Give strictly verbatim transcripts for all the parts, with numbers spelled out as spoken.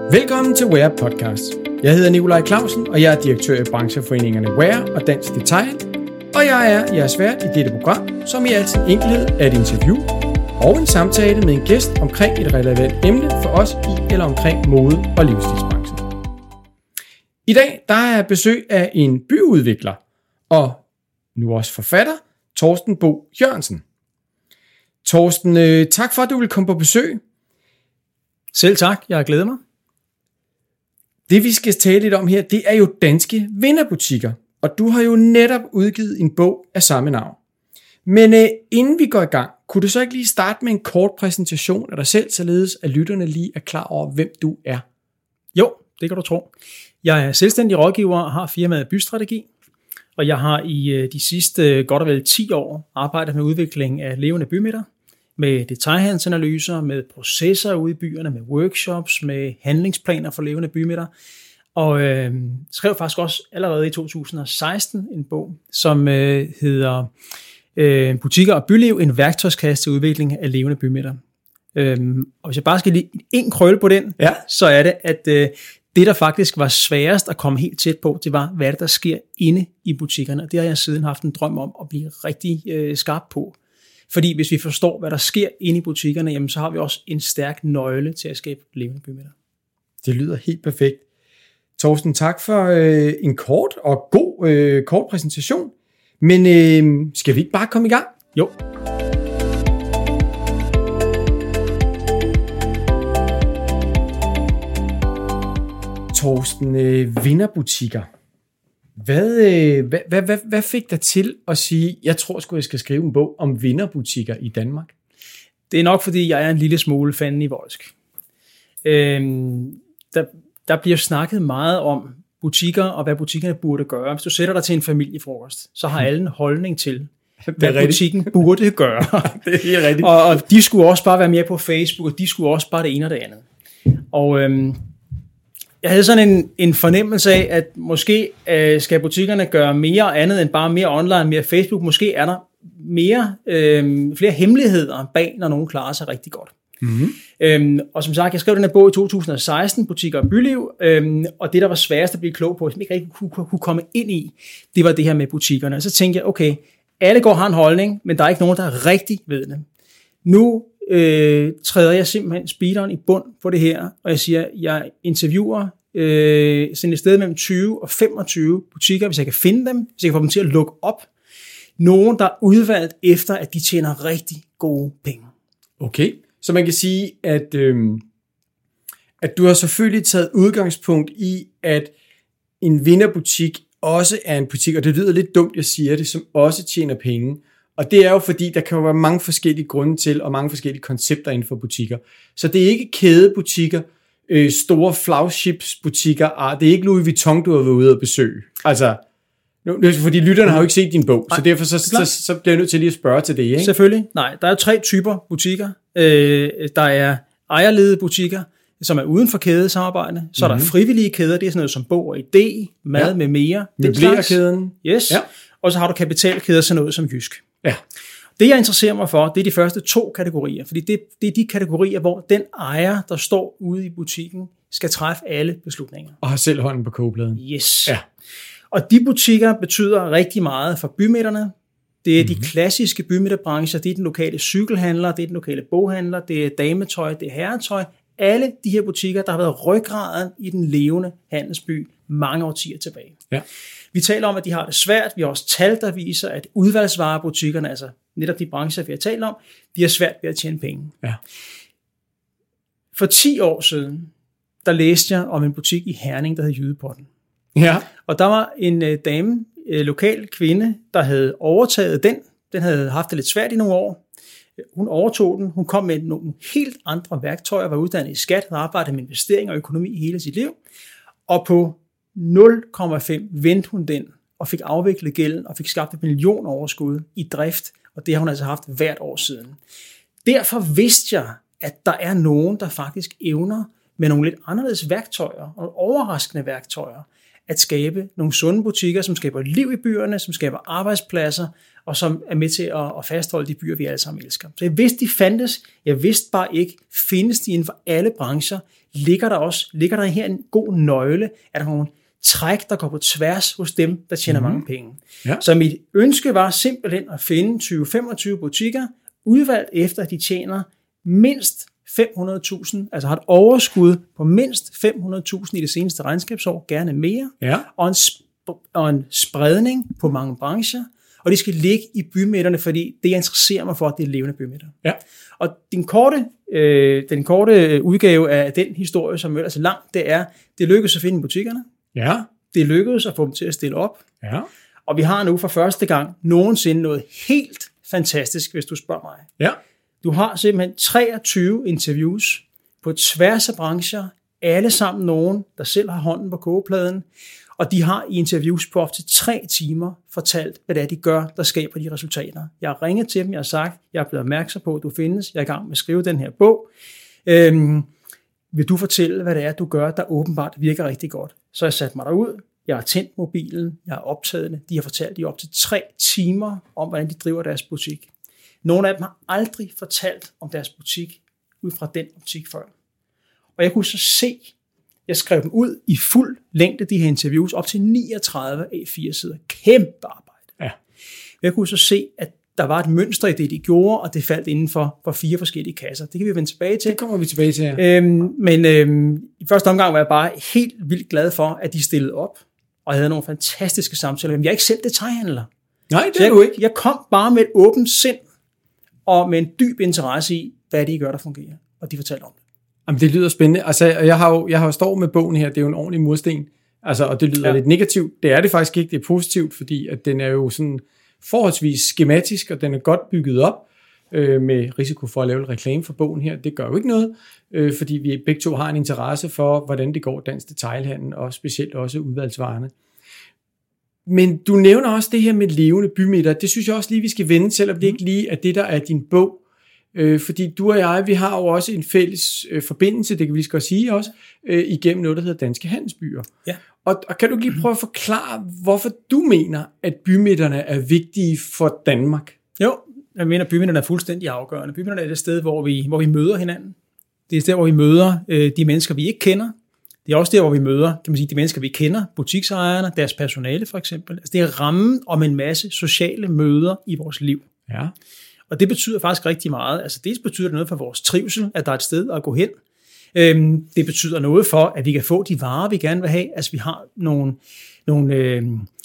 Velkommen til Wear Podcast. Jeg hedder Nikolaj Clausen, og jeg er direktør i brancheforeningerne Wear og Dansk Detail. Og jeg er jeres vært i dette program, som i al sin enkelhed er et interview og en samtale med en gæst omkring et relevant emne for os i eller omkring mode- og livsstilsbranchen. I dag der er jeg besøg af en byudvikler og nu også forfatter, Torsten Bo Jørgensen. Torsten, øh, tak for at du vil komme på besøg. Selv tak, jeg glæder mig. Det vi skal tale lidt om her, det er jo danske vinderbutikker, og du har jo netop udgivet en bog af samme navn. Men øh, inden vi går i gang, kunne du så ikke lige starte med en kort præsentation af dig selv, således at lytterne lige er klar over, hvem du er? Jo, det kan du tro. Jeg er selvstændig rådgiver og har firmaet Bystrategi, og jeg har i øh, de sidste øh, godt og vel ti år arbejdet med udvikling af levende bymidter, med detailhandelsanalyser, med processer ude i byerne, med workshops, med handlingsplaner for levende bymidter. Og øh, skrev faktisk også allerede i to tusind og seksten en bog, som øh, hedder øh, Butikker og byliv, en værktøjskasse til udvikling af levende bymidter. Øh, og hvis jeg bare skal lige en krølle på den, ja. så er det, at øh, det, der faktisk var sværest at komme helt tæt på, det var, hvad det, der sker inde i butikkerne. Og det har jeg siden haft en drøm om at blive rigtig øh, skarp på. Fordi hvis vi forstår, hvad der sker inde i butikkerne, jamen, så har vi også en stærk nøgle til at skabe levende bymidter. Det lyder helt perfekt. Torsten, tak for øh, en kort og god øh, kort præsentation. Men øh, skal vi ikke bare komme i gang? Jo. Torsten, øh, vinderbutikker. Hvad, øh, hvad, hvad, hvad, hvad fik dig til at sige, jeg tror sgu, jeg skal skrive en bog om vinderbutikker i Danmark? Det er nok, fordi jeg er en lille smule fanden i voldsk. Øhm, der, der bliver snakket meget om butikker og hvad butikkerne burde gøre. Hvis du sætter dig til en familiefrokost, så har alle en holdning til, hvad butikken burde gøre. Det er helt rigtigt. Og, og de skulle også bare være mere på Facebook, og de skulle også bare det ene og det andet. Og øhm, jeg havde sådan en, en fornemmelse af, at måske øh, skal butikkerne gøre mere andet end bare mere online, mere Facebook. Måske er der mere, øh, flere hemmeligheder bag, når nogen klarer sig rigtig godt. Mm-hmm. Øhm, og som sagt, jeg skrev den her bog i to tusind og seksten, Butikker og byliv, øhm, og det, der var sværest at blive klog på, som ikke rigtig kunne, kunne komme ind i, det var det her med butikkerne. Og så tænkte jeg, okay, alle går har en holdning, men der er ikke nogen, der rigtig ved det. Nu øh, træder jeg simpelthen speederen i bund på det her, og jeg siger, jeg interviewer øh, sådan et sted mellem tyve og femogtyve butikker, hvis jeg kan finde dem, hvis jeg kan få dem til at lukke op. Nogen, der er udvalgt efter, at de tjener rigtig gode penge. Okay, så man kan sige, at, øh, at du har selvfølgelig taget udgangspunkt i, at en vinderbutik også er en butik, og det lyder lidt dumt, jeg siger det, som også tjener penge. Og det er jo fordi, der kan jo være mange forskellige grunde til, og mange forskellige koncepter inden for butikker. Så det er ikke kædebutikker, øh, store flagshipsbutikker, ah, det er ikke Louis Vuitton, du har været ude at besøge. Altså, nu, fordi lytterne har jo ikke set din bog, Nej, så derfor så, så, så bliver jeg nødt til lige at spørge til det, ikke? Selvfølgelig. Nej, der er tre typer butikker. Øh, der er ejerledede butikker, som er uden for kædesamarbejde. Så mm-hmm. er der frivillige kæder, det er sådan noget som Bog og Idé, Mad ja. med mere. Møblerkæden. Yes. Ja. Og så har du kapitalkæder, sådan noget som Jysk. Ja. Det jeg interesserer mig for, det er de første to kategorier, fordi det, det er de kategorier, hvor den ejer, der står ude i butikken, skal træffe alle beslutninger. Og har selv hånden på kogepladen. Yes. Ja. Og de butikker betyder rigtig meget for bymidterne. Det er mm-hmm. de klassiske bymidterbrancher, det er den lokale cykelhandler, det er den lokale boghandler, det er dametøj, det er herretøj. Alle de her butikker, der har været ryggraden i den levende handelsby mange årtier tilbage. Ja. Vi taler om, at de har det svært. Vi har også tal, der viser, at udvalgsvarebutikkerne, altså netop de brancher, vi har talt om, de har svært ved at tjene penge. Ja. For ti år siden, der læste jeg om en butik i Herning, der hed Jydepotten. Ja. Og der var en øh, dame, øh, lokal kvinde, der havde overtaget den. Den havde haft det lidt svært i nogle år. Hun overtog den. Hun kom med nogle helt andre værktøjer, var uddannet i skat, havde arbejdet med investering og økonomi hele sit liv. Og på nul komma fem vendte hun den og fik afviklet gælden og fik skabt et million overskud i drift. Og det har hun altså haft hvert år siden. Derfor vidste jeg, at der er nogen, der faktisk evner med nogle lidt anderledes værktøjer og overraskende værktøjer at skabe nogle sunde butikker, som skaber liv i byerne, som skaber arbejdspladser, og som er med til at, at fastholde de byer, vi alle sammen elsker. Så jeg vidste, de fandtes. Jeg vidste bare ikke, findes de inden for alle brancher? Ligger der også, ligger der her en god nøgle? Er der nogle træk, der går på tværs hos dem, der tjener mm-hmm. mange penge? Ja. Så mit ønske var simpelthen at finde tyve til femogtyve butikker, udvalgt efter, at de tjener mindst fem hundrede tusind, altså har et overskud på mindst fem hundrede tusind i det seneste regnskabsår, gerne mere, ja. og, en sp- og en spredning på mange brancher, og de skal ligge i bymidterne, fordi det, jeg interesserer mig for, det er levende bymidter. Ja. Og den korte, øh, den korte udgave af den historie, som ellers er lang, det er, det lykkedes at finde butikkerne. Ja. Det lykkedes at få dem til at stille op. Ja. Og vi har nu for første gang nogensinde noget helt fantastisk, hvis du spørger mig. Ja. Du har simpelthen treogtyve interviews på tværs af brancher, alle sammen nogen, der selv har hånden på kogepladen, og de har i interviews på op til tre timer fortalt, hvad det er, de gør, der skaber de resultater. Jeg har ringet til dem, jeg har sagt, jeg er blevet opmærksom på, at du findes, jeg er i gang med at skrive den her bog. Øhm, vil du fortælle, hvad det er, du gør, der åbenbart virker rigtig godt? Så jeg satte mig derud, jeg har tændt mobilen, jeg har optaget det, de har fortalt i op til tre timer om, hvordan de driver deres butik. Nogle af dem har aldrig fortalt om deres butik ud fra den optik før. Og jeg kunne så se, jeg skrev dem ud i fuld længde, de her interviews, op til niogtredive A fire sider. Kæmpe arbejde. Ja. Jeg kunne så se, at der var et mønster i det, de gjorde, og det faldt inden for, for fire forskellige kasser. Det kan vi vende tilbage til. Det kommer vi tilbage til, ja. Øhm, men øhm, i første omgang var jeg bare helt vildt glad for, at de stillede op, og jeg havde nogle fantastiske samtaler. Men jeg er ikke selv detailhandler. Nej, det er jeg, du ikke. Jeg kom bare med et åbent sind, og med en dyb interesse i, hvad de gør, der fungerer. Og de fortalte om det. Jamen, det lyder spændende. Altså, jeg har jo, jeg har jo står med bogen her, det er jo en ordentlig mursten. Altså, og det lyder ja. lidt negativt. Det er det faktisk ikke, det er positivt, fordi at den er jo sådan forholdsvis skematisk, og den er godt bygget op, øh, med risiko for at lave reklame for bogen her. Det gør jo ikke noget, øh, fordi vi begge to har en interesse for, hvordan det går dansk detailhandel, og specielt også udvalgsvarerne. Men du nævner også det her med levende bymidter. Det synes jeg også lige, vi skal vende, selvom det ikke lige er det, der er din bog. Øh, fordi du og jeg, vi har jo også en fælles øh, forbindelse, det kan vi lige godt sige også, øh, igennem noget, der hedder Danske Handelsbyer. Ja. Og, og kan du lige prøve at forklare, hvorfor du mener, at bymidterne er vigtige for Danmark? Jo, jeg mener, at bymidterne er fuldstændig afgørende. Bymidterne er det sted, hvor vi, hvor vi møder hinanden. Det er det, hvor vi møder øh, de mennesker, vi ikke kender. Det er også der, hvor vi møder, kan man sige, de mennesker, vi kender, butiksejerne, deres personale for eksempel. Altså, det er rammen om en masse sociale møder i vores liv. Ja. Og det betyder faktisk rigtig meget. Altså, dels betyder det noget for vores trivsel, at der er et sted at gå hen. Øhm, det betyder noget for, at vi kan få de varer, vi gerne vil have. Altså, vi har nogle, nogle øh,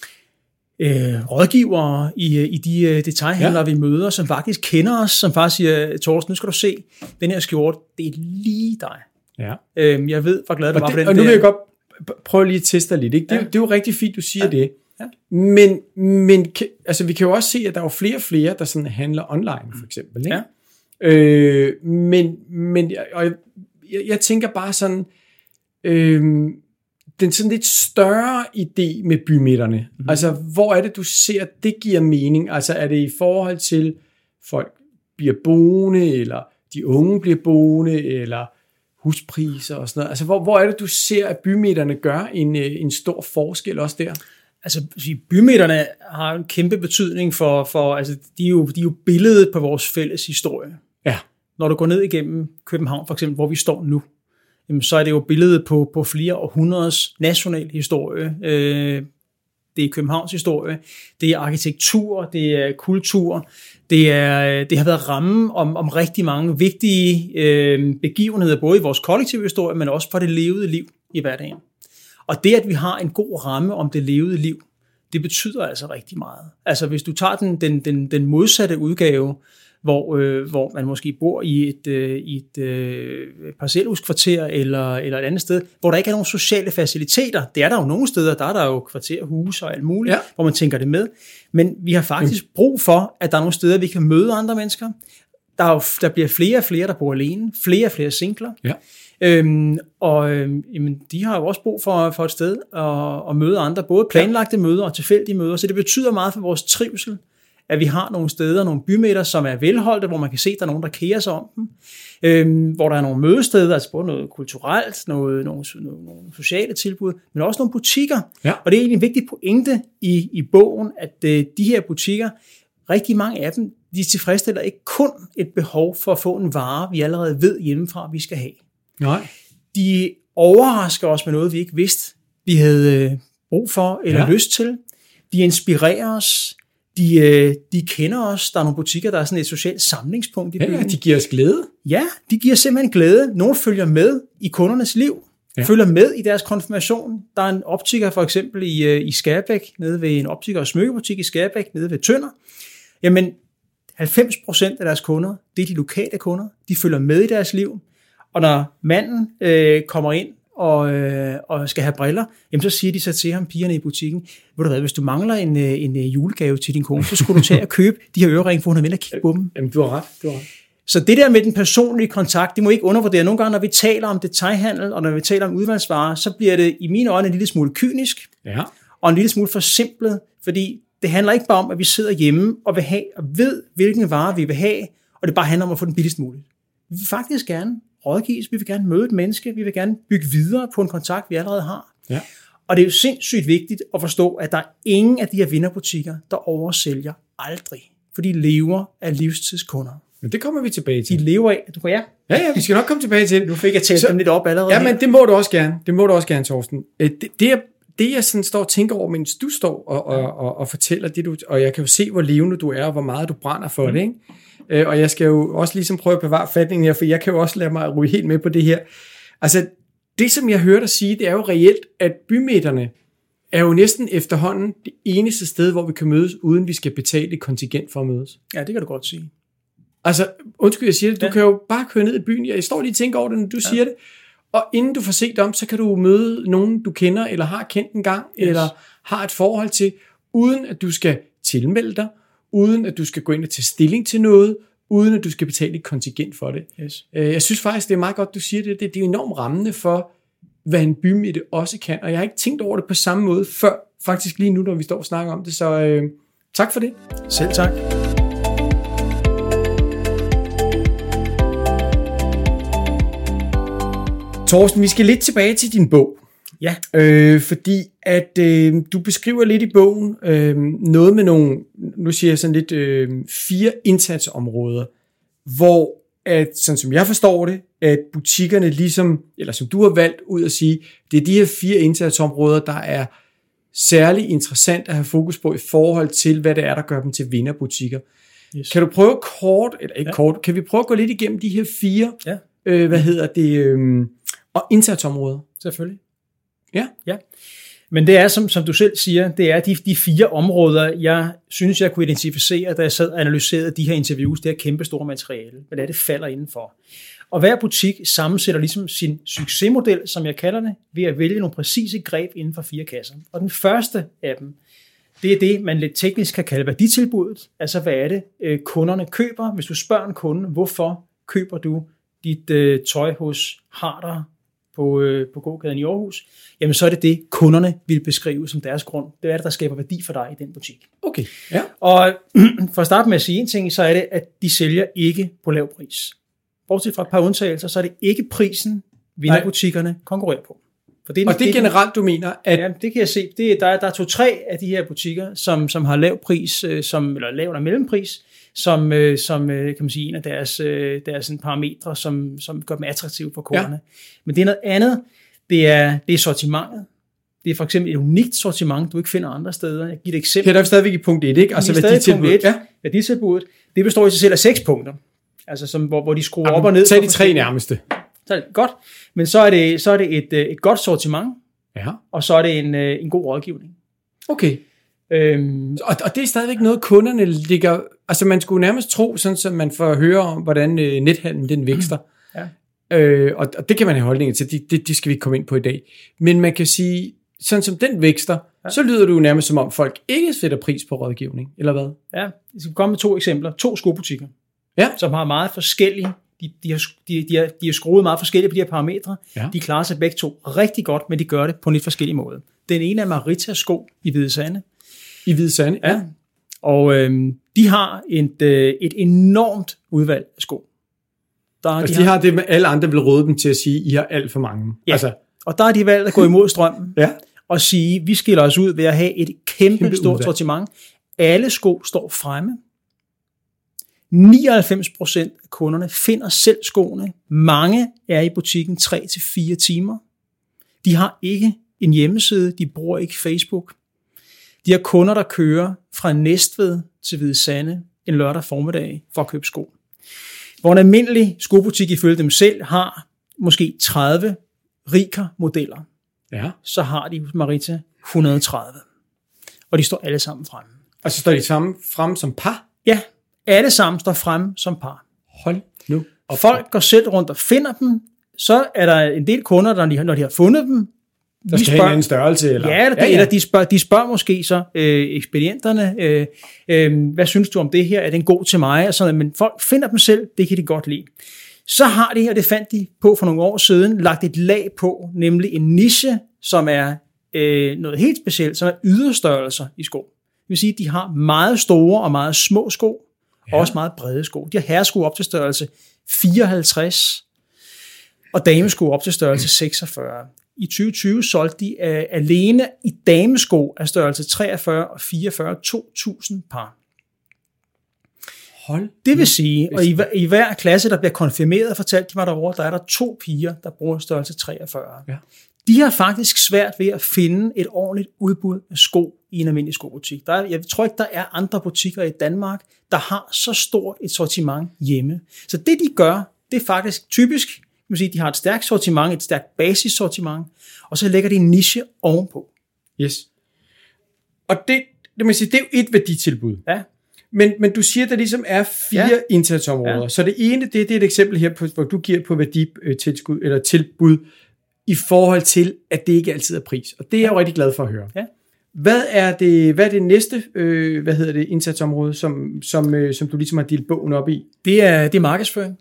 øh, rådgivere i, i de øh, detailhandlere, ja. vi møder, som faktisk kender os, som faktisk siger, Torsten, nu skal du se, den her skjorte, det er lige dig. Ja. Øhm, jeg ved, hvor glad du var det, for den. Og nu vil jeg godt prøve lige at teste dig lidt. Ikke? Det, ja. det er jo rigtig fint, du siger ja. det. Ja. Men, men altså, vi kan jo også se, at der er jo flere og flere, der sådan handler online, for eksempel. Ikke? Ja. Øh, men men og jeg, jeg tænker bare sådan, øh, den sådan lidt større idé med bymidterne. Mm-hmm. Altså, hvor er det, du ser, at det giver mening? Altså, er det i forhold til, folk bliver boende, eller de unge bliver boende, eller huspriser og sådan noget? Altså, hvor, hvor er det, du ser, at bymidterne gør en, en stor forskel også der? Altså, bymidterne har en kæmpe betydning for, for altså, de er, jo, de er jo billedet på vores fælles historie. Ja. Når du går ned igennem København, for eksempel, hvor vi står nu, jamen, så er det jo billedet på, på flere århundreders national historie. Øh, det er Københavns historie, det er arkitektur, det er kultur, det, er, det har været rammen om, om rigtig mange vigtige øh, begivenheder, både i vores kollektive historie, men også for det levede liv i hverdagen. Og det, at vi har en god ramme om det levede liv, det betyder altså rigtig meget. Altså hvis du tager den, den, den, den modsatte udgave, hvor, øh, hvor man måske bor i et, øh, i et øh, parcelhuskvarter eller, eller et andet sted, hvor der ikke er nogen sociale faciliteter. Det er der jo nogle steder, der er der jo kvarter, huse og alt muligt, ja. hvor man tænker det med. Men vi har faktisk brug for, at der er nogle steder, vi kan møde andre mennesker. Der, er jo, der bliver flere og flere, der bor alene. Flere og flere singler. Ja. Øhm, og øhm, jamen, de har jo også brug for, for et sted at, at møde andre, både planlagte møder og tilfældige møder, så det betyder meget for vores trivsel, at vi har nogle steder, nogle bymidter, som er velholdte, hvor man kan se, at der er nogen, der kerer sig om dem. Øhm, hvor der er nogle mødesteder, altså både noget kulturelt, noget, nogle, nogle, nogle sociale tilbud, men også nogle butikker. Ja. Og det er egentlig en vigtig pointe i, i bogen, at øh, de her butikker, rigtig mange af dem, de tilfredsstiller ikke kun et behov for at få en vare, vi allerede ved hjemmefra, vi skal have. Nej. De overrasker os med noget, vi ikke vidste, vi havde brug for eller ja. lyst til. De inspirerer os. De, de kender os. Der er nogle butikker, der er sådan et socialt samlingspunkt i byen. Ja, de giver os glæde. Ja, de giver simpelthen glæde. Nogle følger med i kundernes liv. Ja. Følger med i deres konfirmation. Der er en optiker for eksempel i, i Skærbæk, nede ved en optiker- og smykkebutik i Skærbæk, nede ved Tønder. Jamen, halvfems procent af deres kunder, det er de lokale kunder. De følger med i deres liv. Og når manden øh, kommer ind og, øh, og skal have briller, jamen så siger de så til ham, pigerne i butikken, ved du hvad, hvis du mangler en, en, en julegave til din kone, så skulle du tage og købe de her øreringe, for hun er ved at kigge på dem. Jamen, du har ret, du har ret. Så det der med den personlige kontakt, det må ikke undervurdere. Nogle gange, når vi taler om detailhandel, og når vi taler om udvalgsvarer, så bliver det i mine øjne en lille smule kynisk, ja. og en lille smule forsimplet, fordi det handler ikke bare om, at vi sidder hjemme og vil have, og ved, hvilken vare vi vil have, og det bare handler om at få den billigst muligt. Vi vil faktisk gerne rådgives, vi vil gerne møde et menneske, vi vil gerne bygge videre på en kontakt, vi allerede har. Ja. Og det er jo sindssygt vigtigt at forstå, at der er ingen af de her vinderbutikker, der oversælger aldrig, for de lever af livstidskunder. Men det kommer vi tilbage til. De lever af, du kan ja. Ja, ja, vi skal nok komme tilbage til det. Nu fik jeg talt dem lidt op allerede. Ja, men det må du også gerne. Det må du også gerne, Torsten. Det, det, jeg, det jeg sådan står og tænker over, mens du står og, og, og, og fortæller det, du, og jeg kan jo se, hvor levende du er, og hvor meget du brænder for mm. det, ikke? Og jeg skal jo også ligesom prøve at bevare fatningen her, for jeg kan jo også lade mig ryge helt med på det her. Altså, det som jeg hørte dig sige, det er jo reelt, at bymidterne er jo næsten efterhånden det eneste sted, hvor vi kan mødes, uden vi skal betale et kontingent for at mødes. Ja, det kan du godt sige. Altså, undskyld, jeg siger det, du ja. kan jo bare køre ned i byen. Jeg står lige og tænker over det, når du ja. siger det. Og inden du får set dem, så kan du møde nogen, du kender, eller har kendt en gang, yes. eller har et forhold til, uden at du skal tilmelde dig, uden at du skal gå ind og tage stilling til noget, uden at du skal betale et kontingent for det. Yes. Jeg synes faktisk, det er meget godt, du siger det. Det er enormt rammende for, hvad en bymidte også kan. Og jeg har ikke tænkt over det på samme måde før, faktisk lige nu, når vi står og snakker om det. Så øh, tak for det. Selv tak. Torsten, vi skal lidt tilbage til din bog. Ja. Øh, fordi at øh, du beskriver lidt i bogen øh, noget med nogle, nu siger jeg sådan lidt, øh, fire indsatsområder, hvor, at, sådan som jeg forstår det, at butikkerne ligesom, eller som du har valgt ud at sige, det er de her fire indsatsområder, der er særlig interessant at have fokus på i forhold til, hvad det er, der gør dem til vinderbutikker. Yes. Kan du prøve kort, eller ikke ja. kort, kan vi prøve at gå lidt igennem de her fire, ja. øh, hvad hedder det, øh, og indsatsområder? Selvfølgelig. Ja. ja. Men det er, som, som du selv siger, det er de, de fire områder, jeg synes, jeg kunne identificere, da jeg sad og analyserede de her interviews, det her kæmpe store materiale, hvad det er, det falder indenfor. Og hver butik sammensætter ligesom sin succesmodel, som jeg kalder det, ved at vælge nogle præcise greb inden for fire kasser. Og den første af dem, det er det, man lidt teknisk kan kalde værditilbuddet. Altså, hvad er det, kunderne køber? Hvis du spørger en kunde, hvorfor køber du dit øh, tøj hos Harder på, øh, på gågaden i Aarhus, jamen så er det det, kunderne vil beskrive som deres grund. Det er det, der skaber værdi for dig i den butik. Okay, ja. Og for at starte med at sige en ting, så er det, at de sælger ikke på lav pris. Bortset fra et par undtagelser, så er det ikke prisen, vinderbutikkerne konkurrerer på. For det er, og det er generelt, du mener, at... Ja, det kan jeg se. Det er, der, er, der er to-tre af de her butikker, som, som har lav pris, som, eller lav eller mellempris, som, som kan man sige, en af deres, deres parametre, som, som gør dem attraktive for kunderne. Ja. Men det er noget andet. Det er, det er sortimentet. Det er for eksempel et unikt sortiment, du ikke finder andre steder. Jeg giver et eksempel. Det er der stadigvæk i punkt et, ikke? Altså værditilbuddet. Ja. Værditilbuddet. Det består i sig selv af seks punkter. Altså som, hvor, hvor de skruer Jamen, op og ned. Tag de tre nærmeste. Så er det godt. Men så er det, så er det et, et godt sortiment. Ja. Og så er det en, en god rådgivning. Okay. Øhm, og, og det er stadigvæk noget, kunderne ligger... Altså man skulle nærmest tro, sådan som man får høre om, hvordan øh, nethandlen den vækster. Ja. Øh, og, og det kan man have holdninger til. Det, det, det skal vi ikke komme ind på i dag. Men man kan sige, sådan som den vækster, ja. Så lyder det jo nærmest som om folk ikke sætter pris på rådgivning. Eller hvad? Ja, jeg skal komme med to eksempler. To skobutikker, ja. Som har meget forskellige... De, de, har, de, de, har, de har skruet meget forskelligt på de her parametre. Ja. De klarer sig begge to rigtig godt, men de gør det på en lidt forskellig måde. Den ene er Maritas sko i Hvide Sande. I Hvide Sande, ja. ja. Og øh, de har et, øh, et enormt udvalg af sko. Der, altså, de, de har, har det med alle andre vil råde dem til at sige, I har alt for mange. Ja, altså. Og der er de valgt at gå imod strømmen ja. og sige, vi skiller os ud ved at have et kæmpe, kæmpe stort udvalg. Sortiment. Alle sko står fremme. nioghalvfems procent af kunderne finder selv skoene. Mange er i butikken tre til fire timer. De har ikke en hjemmeside, de bruger ikke Facebook. De har kunder, der kører fra Næstved til Hvide Sande en lørdag formiddag for at købe sko. Hvor en almindelig skobutik ifølge dem selv har måske tredive Riker-modeller. Ja. Så har de hos Marita et hundrede og tredive. Og de står alle sammen fremme. Og så står de sammen frem som par? Ja, alle sammen står fremme som par. Hold nu. Og folk går selv rundt og finder dem. Så er der en del kunder, der når de har fundet dem, der skal have en anden størrelse? Eller? Ja, eller, ja, ja. eller de, spørger, de spørger måske så øh, ekspedienterne, øh, øh, hvad synes du om det her? Er den god til mig? Og sådan, men folk finder dem selv, det kan de godt lide. Så har de, og det fandt de på for nogle år siden, lagt et lag på, nemlig en niche, som er øh, noget helt specielt, som er yderstørrelser i sko. Det vil sige, at de har meget store og meget små sko, ja. Og også meget brede sko. De har herresko op til størrelse fireoghalvtreds, og damesko op til størrelse seksogfyrre. I tyve tyve solgte de uh, alene i damesko af størrelse treogfyrre og fireogfyrre to tusind par. Hold. Det vil sige, og i, i hver klasse, der bliver konfirmeret, fortalte de mig derovre, der er der to piger, der bruger størrelse treogfyrre. Ja. De har faktisk svært ved at finde et ordentligt udbud af sko i en almindelig skobutik. Der er, jeg tror ikke, der er andre butikker i Danmark, der har så stort et sortiment hjemme. Så det, de gør, det er faktisk typisk, man sige, de har et stærkt sortiment, et stærkt basissortiment, og så lægger de en niche ovenpå. Yes. Og det, det, man sige, det er jo et værditilbud. Ja. Men, men du siger, at der ligesom er fire ja. indsatsområder. Ja. Så det ene, det, det er et eksempel her, på, hvor du giver på værditilskud, eller tilbud, i forhold til, at det ikke altid er pris. Og det er jeg jo rigtig glad for at høre. Ja. Hvad er det, hvad er det næste øh, hvad hedder det, indsatsområde, som, som, øh, som du ligesom har delt bogen op i? Det er, det er markedsføring.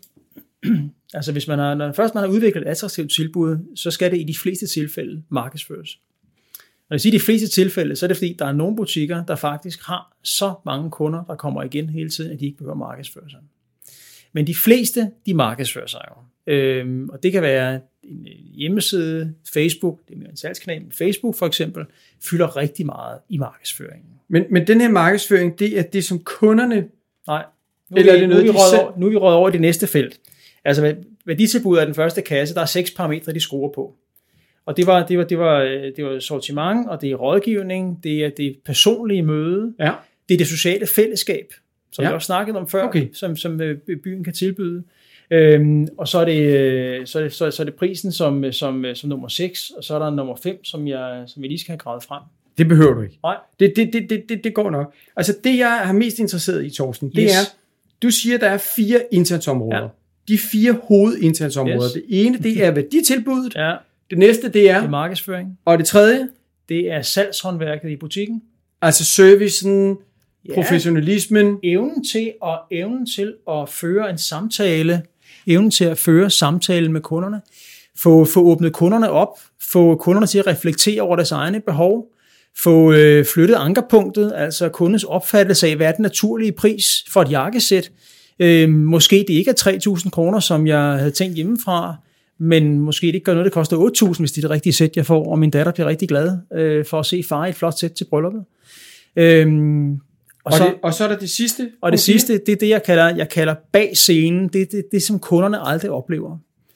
Altså hvis man har, når først man har udviklet et attraktivt tilbud, så skal det i de fleste tilfælde markedsføres. Når jeg siger de fleste tilfælde, så er det fordi, der er nogle butikker, der faktisk har så mange kunder, der kommer igen hele tiden, at de ikke behøver markedsføre sig. Men de fleste, de markedsfører sig jo. Øhm, og det kan være en hjemmeside, Facebook, det er mere en salgskanal, men Facebook for eksempel, fylder rigtig meget i markedsføringen. Men, men den her markedsføring, det er det, som kunderne... Nej, nu, eller er, vi, det noget, nu, er vi selv... over, nu er vi røget over i det næste felt. Altså værditilbuddet af den første kasse, der er seks parametre, de skruer på. Og det var, det var, det var, det var sortiment, og det er rådgivning, det er det personlige møde, ja. Det er det sociale fællesskab, som ja. vi også snakket om før, okay. som, som byen kan tilbyde. Øhm, og så er, det, så, er det, så, så er det prisen som, som, som nummer seks, og så er der nummer fem, som jeg, som jeg lige skal have gravet frem. Det behøver du ikke. Nej. Det, det, det, det, det, det går nok. Altså det, jeg har mest interesseret i, Torsten, det yes. er, du siger, der er fire indsatsområder. Ja. De fire hovedindsatsområder. Yes. Det ene, det er værditilbuddet. Ja. Det næste, det er... Det er markedsføring. Og det tredje? Det er salgshåndværket i butikken. Altså servicen, ja. Professionalismen. Evnen til, og evnen til at føre en samtale. Evnen til at føre samtale med kunderne. Få, få åbnet kunderne op. Få kunderne til at reflektere over deres egne behov. Få øh, flyttet ankerpunktet, altså kundens opfattelse af, hvad er den naturlige pris for et jakkesæt. Øh, måske det ikke er tre tusind kroner, som jeg havde tænkt hjemmefra, men måske det ikke gør noget, det koster otte tusind, hvis det er det rigtige sæt, jeg får, og min datter bliver rigtig glad øh, for at se far i et flot sæt til brylluppet. Øhm, og, og, så, det, og så er der det sidste? Og det sidste, det er det, jeg kalder, jeg kalder bag scenen. Det er det, det, som kunderne aldrig oplever.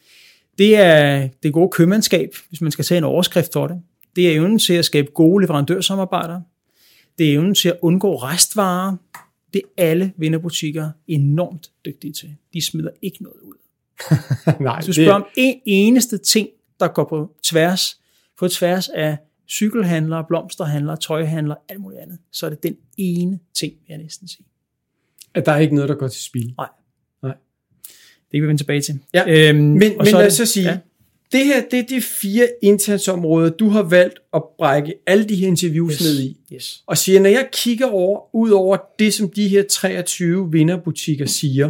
Det er det gode købmandskab, hvis man skal tage en overskrift for det. Det er evnen til at skabe gode leverandørsamarbejder. Det er evnen til at undgå restvarer. Det er alle vinderbutikker enormt dygtige til. De smider ikke noget ud. Nej, så spørger det... om en eneste ting, der går på tværs, på tværs af cykelhandlere, blomsterhandlere, tøjhandlere, alt muligt andet, så er det den ene ting, vil jeg næsten sige. At der er ikke noget, der går til spil? Nej. Nej. Det kan vi vende tilbage til. Ja. Øhm, men men lad os så sige, ja. Det her, det er de fire indsatsområder, du har valgt at brække alle de her interviews yes. ned i. Yes. Og siger, når jeg kigger over, ud over det, som de her treogtyve vinderbutikker siger,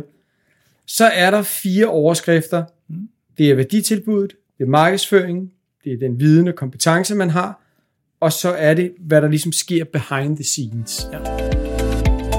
så er der fire overskrifter. Mm. Det er værditilbuddet, det er markedsføringen, det er den viden og kompetence, man har, og så er det, hvad der ligesom sker behind the scenes. Ja.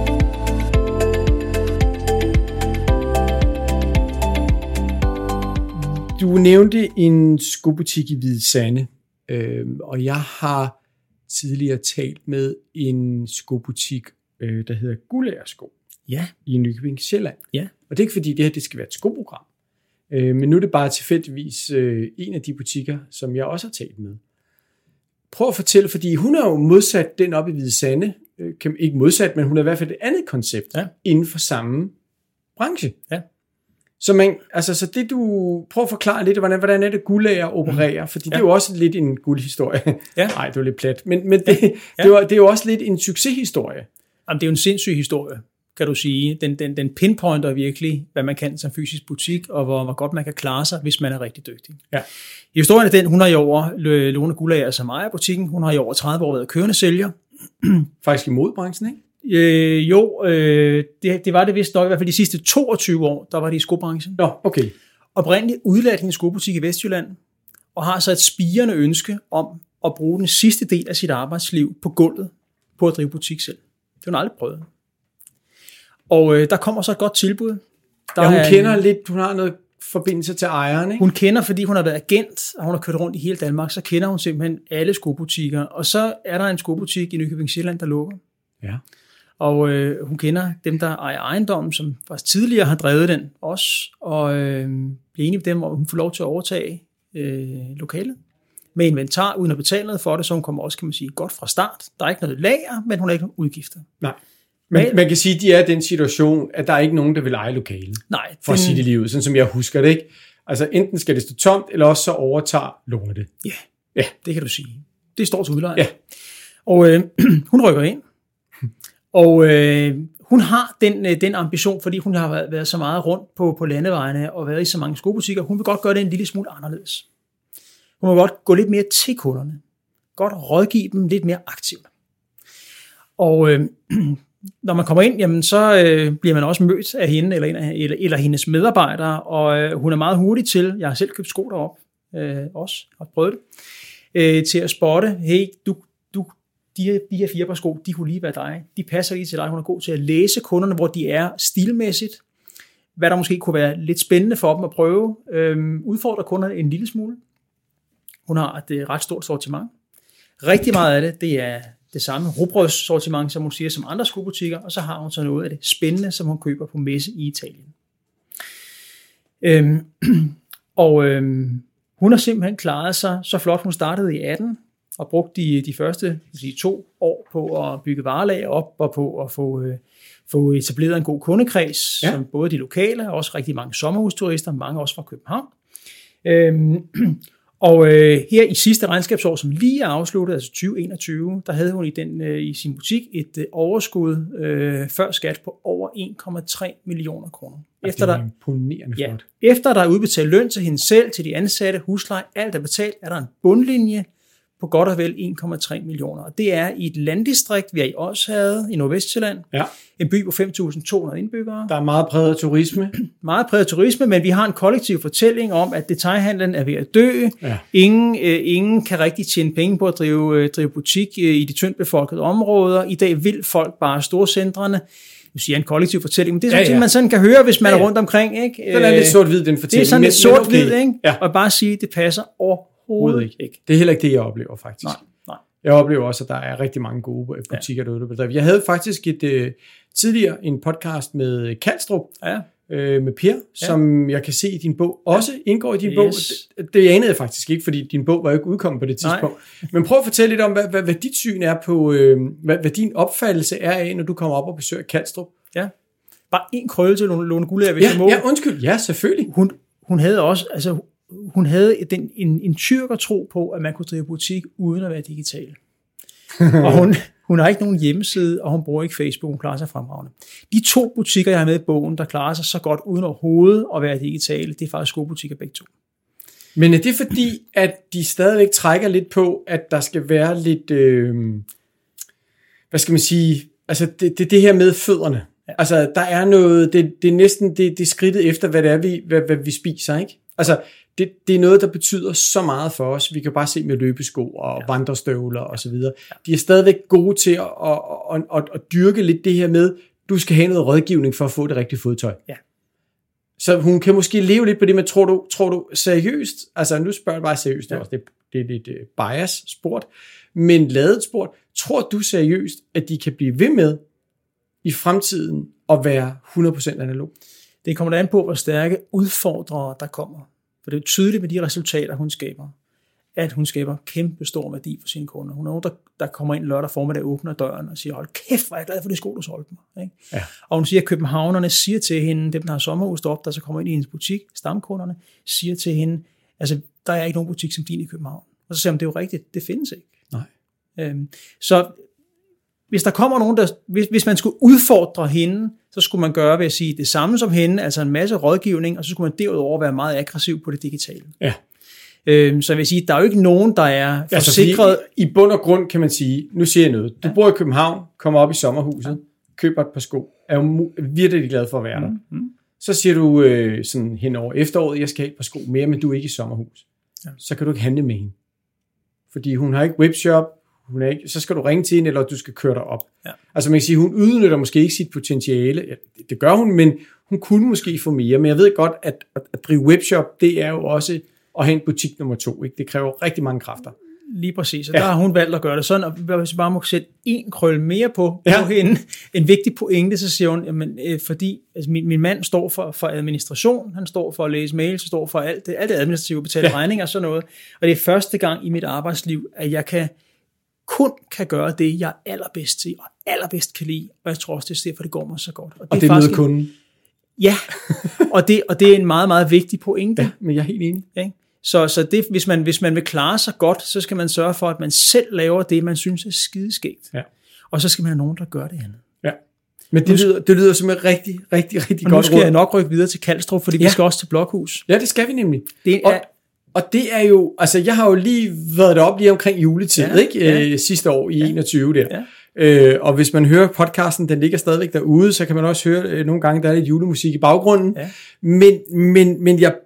Du nævnte en skobutik i Hvide Sande, øh, og jeg har tidligere talt med en skobutik, øh, der hedder Guldager Sko, Ja. i Nykøbing Sjælland. Ja. Og det er ikke fordi, det her det skal være et skoprogram, øh, men nu er det bare tilfældigvis øh, en af de butikker, som jeg også har talt med. Prøv at fortælle, fordi hun har jo modsat den op i Hvide Sande, øh, kan, ikke modsat, men hun har i hvert fald et andet koncept Ja. inden for samme branche. Ja. Så, man, altså, så det du prøv at forklare lidt, hvordan, hvordan er det Guldager opererer, mm. fordi ja. det er jo også lidt en guldhistorie. Ja. Nej, det var lidt plat, men, men det, Ja. det, var, det er jo også lidt en succeshistorie. Jamen, det er jo en sindssyg historie, kan du sige. Den, den, den pinpointer virkelig, hvad man kan som fysisk butik, og hvor, hvor godt man kan klare sig, hvis man er rigtig dygtig. Ja. Historien er den, hun har i over, Lone Guldager, som ejer butikken, hun har i over tredive år været kørende sælger. Faktisk i modbranchen, ikke? Øh, jo, øh, det, det var det vist nok, i hvert fald de sidste toogtyve år, der var det i skobranchen. Nå, okay. Oprindeligt udlært i en skobutik i Vestjylland, og har så et spirende ønske om at bruge den sidste del af sit arbejdsliv på gulvet, på at drive butik selv. Det har hun aldrig prøvet. Og øh, der kommer så et godt tilbud. Der Ja, hun er kender en, lidt, hun har noget forbindelse til ejeren, ikke? Hun kender, fordi hun har været agent, og hun har kørt rundt i hele Danmark, så kender hun simpelthen alle skobutikker. Og så er der en skobutik i Nykøbing Sjælland, der lukker. Ja. Og øh, hun kender dem, der ejer ejendommen, som faktisk tidligere har drevet den også, og øh, bliver enig med dem, og hun får lov til at overtage øh, lokalet med inventar, uden at betale noget for det, så hun kommer også, kan man sige, godt fra start. Der er ikke noget lager, men hun har ikke nogen udgifter. Nej. Men Men- man kan sige, at de er i den situation, at der er ikke nogen, der vil eje lokalet, Nej, for at sige det lige ud, sådan som jeg husker det, ikke? Altså enten skal det stå tomt, eller også så overtager Lone det. Ja, Ja. det kan du sige. Det står til udleje. Ja. Og øh, hun rykker ind, og øh, hun har den, øh, den ambition, fordi hun har været, været så meget rundt på, på landevejene og været i så mange skobutikker. Hun vil godt gøre det en lille smule anderledes. Hun vil godt gå lidt mere til kunderne. Godt rådgive dem lidt mere aktivt. Og øh, når man kommer ind, jamen, så øh, bliver man også mødt af hende eller, en af, eller, eller hendes medarbejdere, og øh, hun er meget hurtig til, jeg har selv købt sko derop, øh, også, har prøvet det, øh, til at spotte, hey, du, du, de, her, de her fire par sko, de kunne lige være dig, de passer lige til dig, hun er god til at læse kunderne, hvor de er stilmæssigt, hvad der måske kunne være lidt spændende for dem at prøve, øh, udfordre kunderne en lille smule. Hun har et øh, ret stort sortiment. Rigtig meget af det, det er det samme rugbrødssortiment, som hun siger, som andre skobutikker, og så har hun så noget af det spændende, som hun køber på messe i Italien. Øhm, og øhm, hun har simpelthen klaret sig så flot. Hun startede i atten og brugte de, de første sige, to år på at bygge varelager op og på at få, øh, få etableret en god kundekreds, Ja. som både de lokale og også rigtig mange sommerhusturister, mange også fra København. Øhm, Og øh, her i sidste regnskabsår, som lige er afsluttet, altså tyve enogtyve, der havde hun i, den, øh, i sin butik et øh, overskud øh, før skat på over en komma tre millioner kroner. Efter det er der, imponerende ja, flot. efter der er udbetalt løn til hende selv, til de ansatte, husleje, alt er betalt, er der en bundlinje på godt og vel en komma tre millioner. Og det er i et landdistrikt, vi er i Odsherred i Nordvestjylland, Ja. en by på fem tusind to hundrede indbyggere. Der er meget præget af turisme. Meget præget af turisme, men vi har en kollektiv fortælling om, at detailhandlen er ved at dø. Ja. Ingen, øh, ingen kan rigtig tjene penge på at drive, øh, drive butik øh, i de tyndt befolkede områder. I dag vil folk bare storcentrene. Nu siger jeg en kollektiv fortælling, men det er sådan, Ja, ja. ja, man sådan kan høre, hvis man Ja, ja. er rundt omkring. Ikke? Den er Øh, lidt sort-hvid, den fortælling. Det er sådan men- lidt sort-hvid, men okay. ikke? Ja, Og bare sige, at det passer overhovedet ikke. ikke. Det er heller ikke det, jeg oplever faktisk. Nej, nej. Jeg oplever også, at der er rigtig mange gode butikker ja. derude, der bedriver. Jeg havde faktisk et øh, tidligere en podcast med Kalstrup, Ja. øh, med Per, ja. som jeg kan se i din bog, også indgår i din Yes. bog. Det, det anede jeg faktisk ikke, fordi din bog var jo ikke udkommet på det tidspunkt. Nej. Men prøv at fortælle lidt om, hvad, hvad, hvad dit syn er på, øh, hvad, hvad din opfattelse er af, når du kommer op og besøger Kalstrup. Ja. Bare en krølle til Lone, Lone Guldager, hvis Ja, jeg må. ja, undskyld. Ja, selvfølgelig. Hun, hun havde også, altså, hun havde den, en, en tyrkertro på, at man kunne drive butik uden at være digital. Og hun, hun har ikke nogen hjemmeside, og hun bruger ikke Facebook, hun klarer sig fremragende. De to butikker, jeg har med i bogen, der klarer sig så godt uden overhovedet at være digitale, det er faktisk skobutikker begge to. Men er det fordi, at de stadigvæk trækker lidt på, at der skal være lidt, øh, hvad skal man sige, altså det, det, det her med fødderne. Ja. Altså der er noget, det, det er næsten det, det er skridtet efter, hvad det er, vi, hvad, hvad vi spiser, ikke? Altså det, det er noget, der betyder så meget for os. Vi kan bare se med løbesko og ja. vandrestøvler og så videre. De er stadigvæk gode til at, at, at, at, at dyrke lidt det her med, du skal have noget rådgivning for at få det rigtige fodtøj. Ja. Så hun kan måske leve lidt på det, men tror du, tror du seriøst, altså nu spørger jeg bare seriøst, ja. det, det, det er lidt uh, bias spurgt, men ladet spurgt, tror du seriøst, at de kan blive ved med i fremtiden at være hundrede procent analog? Det kommer da an på, hvor stærke udfordrere der kommer. For det er jo tydeligt med de resultater, hun skaber, at hun skaber kæmpe stor værdi for sine kunder. Hun er nogen, der, der kommer ind lørdag formiddag, åbner døren og siger, hold kæft, hvor er jeg glad for det sko, du solgte mig. Ikke? Ja. Og hun siger, at københavnerne siger til hende, dem der har sommerhus deroppe, der så kommer ind i hendes butik, stamkunderne, siger til hende, altså der er ikke nogen butik som din i København. Og så siger hun, det er jo rigtigt, det findes ikke. Nej. Øhm, så hvis der kommer nogen, der, hvis, hvis man skulle udfordre hende, så skulle man gøre ved at sige det samme som hende, altså en masse rådgivning, og så skulle man derudover være meget aggressiv på det digitale. Ja. Øhm, så jeg vil sige, der er jo ikke nogen, der er forsikret. Altså, i bund og grund kan man sige, nu siger jeg noget, du ja. bor i København, kommer op i sommerhuset, ja. køber et par sko, er jo virkelig glad for at være der. Mm-hmm. Så siger du øh, sådan hen over efteråret, jeg skal have et par sko mere, men du er ikke i sommerhus. Ja. Så kan du ikke handle med hende. Fordi hun har ikke webshop, hun er ikke, så skal du ringe til hende, eller du skal køre dig op. Ja. Altså man kan sige, hun udnytter måske ikke sit potentiale. Ja, det, det gør hun, men hun kunne måske få mere. Men jeg ved godt, at at, at drive webshop, det er jo også at have en butik nummer to. Ikke? Det kræver rigtig mange kræfter. Lige præcis, og ja. der har hun valgt at gøre det sådan, og hvis vi bare må sætte en krølle mere på, ja. på hende, en vigtig pointe, så siger hun, jamen, øh, fordi altså, min, min mand står for, for administration, han står for at læse mails, han står for alt det, alt det administrative, betale ja. regninger og sådan noget, og det er første gang i mit arbejdsliv, at jeg kan kun kan gøre det, jeg er allerbedst til, og allerbedst kan lide, og jeg tror også, det er derfor, det går mig så godt. Og det, og det er faktisk med kunden. Ja, og det, og det er en meget, meget vigtig pointe. Ja, men jeg er helt enig. Ja. Så, så det, hvis, man, hvis man vil klare sig godt, så skal man sørge for, at man selv laver det, man synes er skideskægt. Ja. Og så skal man have nogen, der gør det andet. Ja. Men det lyder, det lyder som et rigtig, rigtig, rigtig og godt nu skal råd. Jeg nok rykke videre til Kalstrup, fordi ja. vi skal også til Blokhus. Ja, det skal vi nemlig. Det er, og, og det er jo, altså jeg har jo lige været deroppe lige omkring juletid, ja, ikke? Ja. Øh, sidste år i ja. enogtyve der. Ja. Øh, og hvis man hører podcasten, den ligger stadigvæk derude, så kan man også høre øh, nogle gange, der er lidt julemusik i baggrunden. Ja. Men, men, men jeg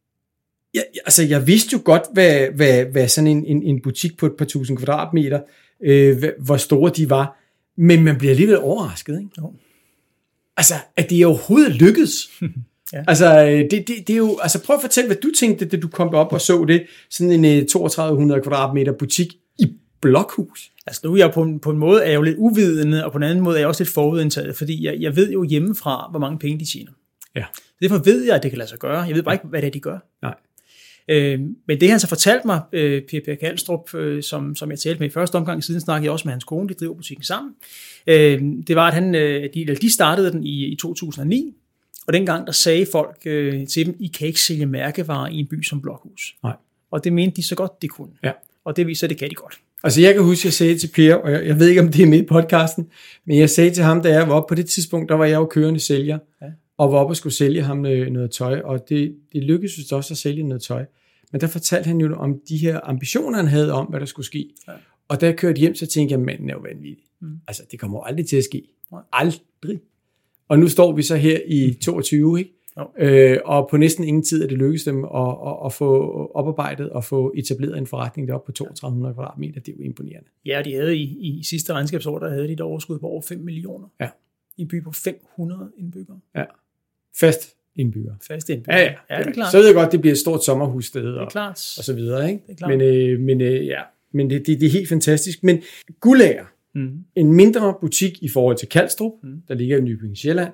Ja, altså jeg vidste jo godt, hvad, hvad, hvad sådan en, en, en butik på et par tusind kvadratmeter, øh, hvor store de var, men man bliver alligevel overrasket, ikke? Jo. Altså, at det overhovedet lykkedes. ja. Altså, det, det, det er jo, altså prøv at fortælle, hvad du tænkte, da du kom op og så det, sådan en toogtredive hundrede kvadratmeter butik i Blokhus. Altså nu er jeg på en, på en måde er jeg jo lidt uvidende, og på en anden måde er jeg også lidt forudindtaget, fordi jeg, jeg ved jo hjemmefra, hvor mange penge de tjener. Ja. Derfor ved jeg, at det kan lade sig gøre. Jeg ved bare ikke, hvad det er, de gør. Nej. Øh, men det han så fortalte mig, øh, Per Per Kalstrup, øh, som, som jeg talte med i første omgang, siden snakkede jeg også med hans kone, de driver butikken sammen, øh, det var, at han, øh, de, de startede den i, i to tusind og ni, og dengang der sagde folk øh, til dem, I kan ikke sælge mærkevarer i en by som Blokhus. Nej. Og det mente de så godt, de kunne. Ja. Og det viser, det kan de godt. Altså jeg kan huske, at jeg sagde til Per, og jeg, jeg ved ikke, om det er med i podcasten, men jeg sagde til ham, da jeg var oppe på det tidspunkt, der var jeg jo kørende sælger, ja. og var oppe og skulle sælge ham noget tøj, og det, det lykkedes også at sælge noget tøj. Men der fortalte han jo om de her ambitioner, han havde om, hvad der skulle ske. Ja. Og da jeg kørte hjem, så tænkte jeg, at manden er jo vanvittig. Mm. Altså, det kommer aldrig til at ske. Ja. Aldrig. Og nu står vi så her i toogtyve, ikke? Ja. Øh, og på næsten ingen tid er det lykkedes dem at, at, at få oparbejdet og få etableret en forretning deroppe på toogtredive hundrede kvadratmeter. Det er jo imponerende. Ja, de havde i, i sidste regnskabsår, der havde de et overskud på over fem millioner. Ja. I en by på fem hundrede indbyggere. Ja. Fast indbygger. Fast indbygger. Ja, ja. ja, det er klart. Så ved jeg godt, det bliver et stort sommerhussted og, det er klart. og så videre, ikke? Det er klart. Men, øh, men øh, ja, men det, det, det er helt fantastisk. Men Guldager, mm. en mindre butik i forhold til Kalstrup, mm. der ligger i Nykøbing Sjælland,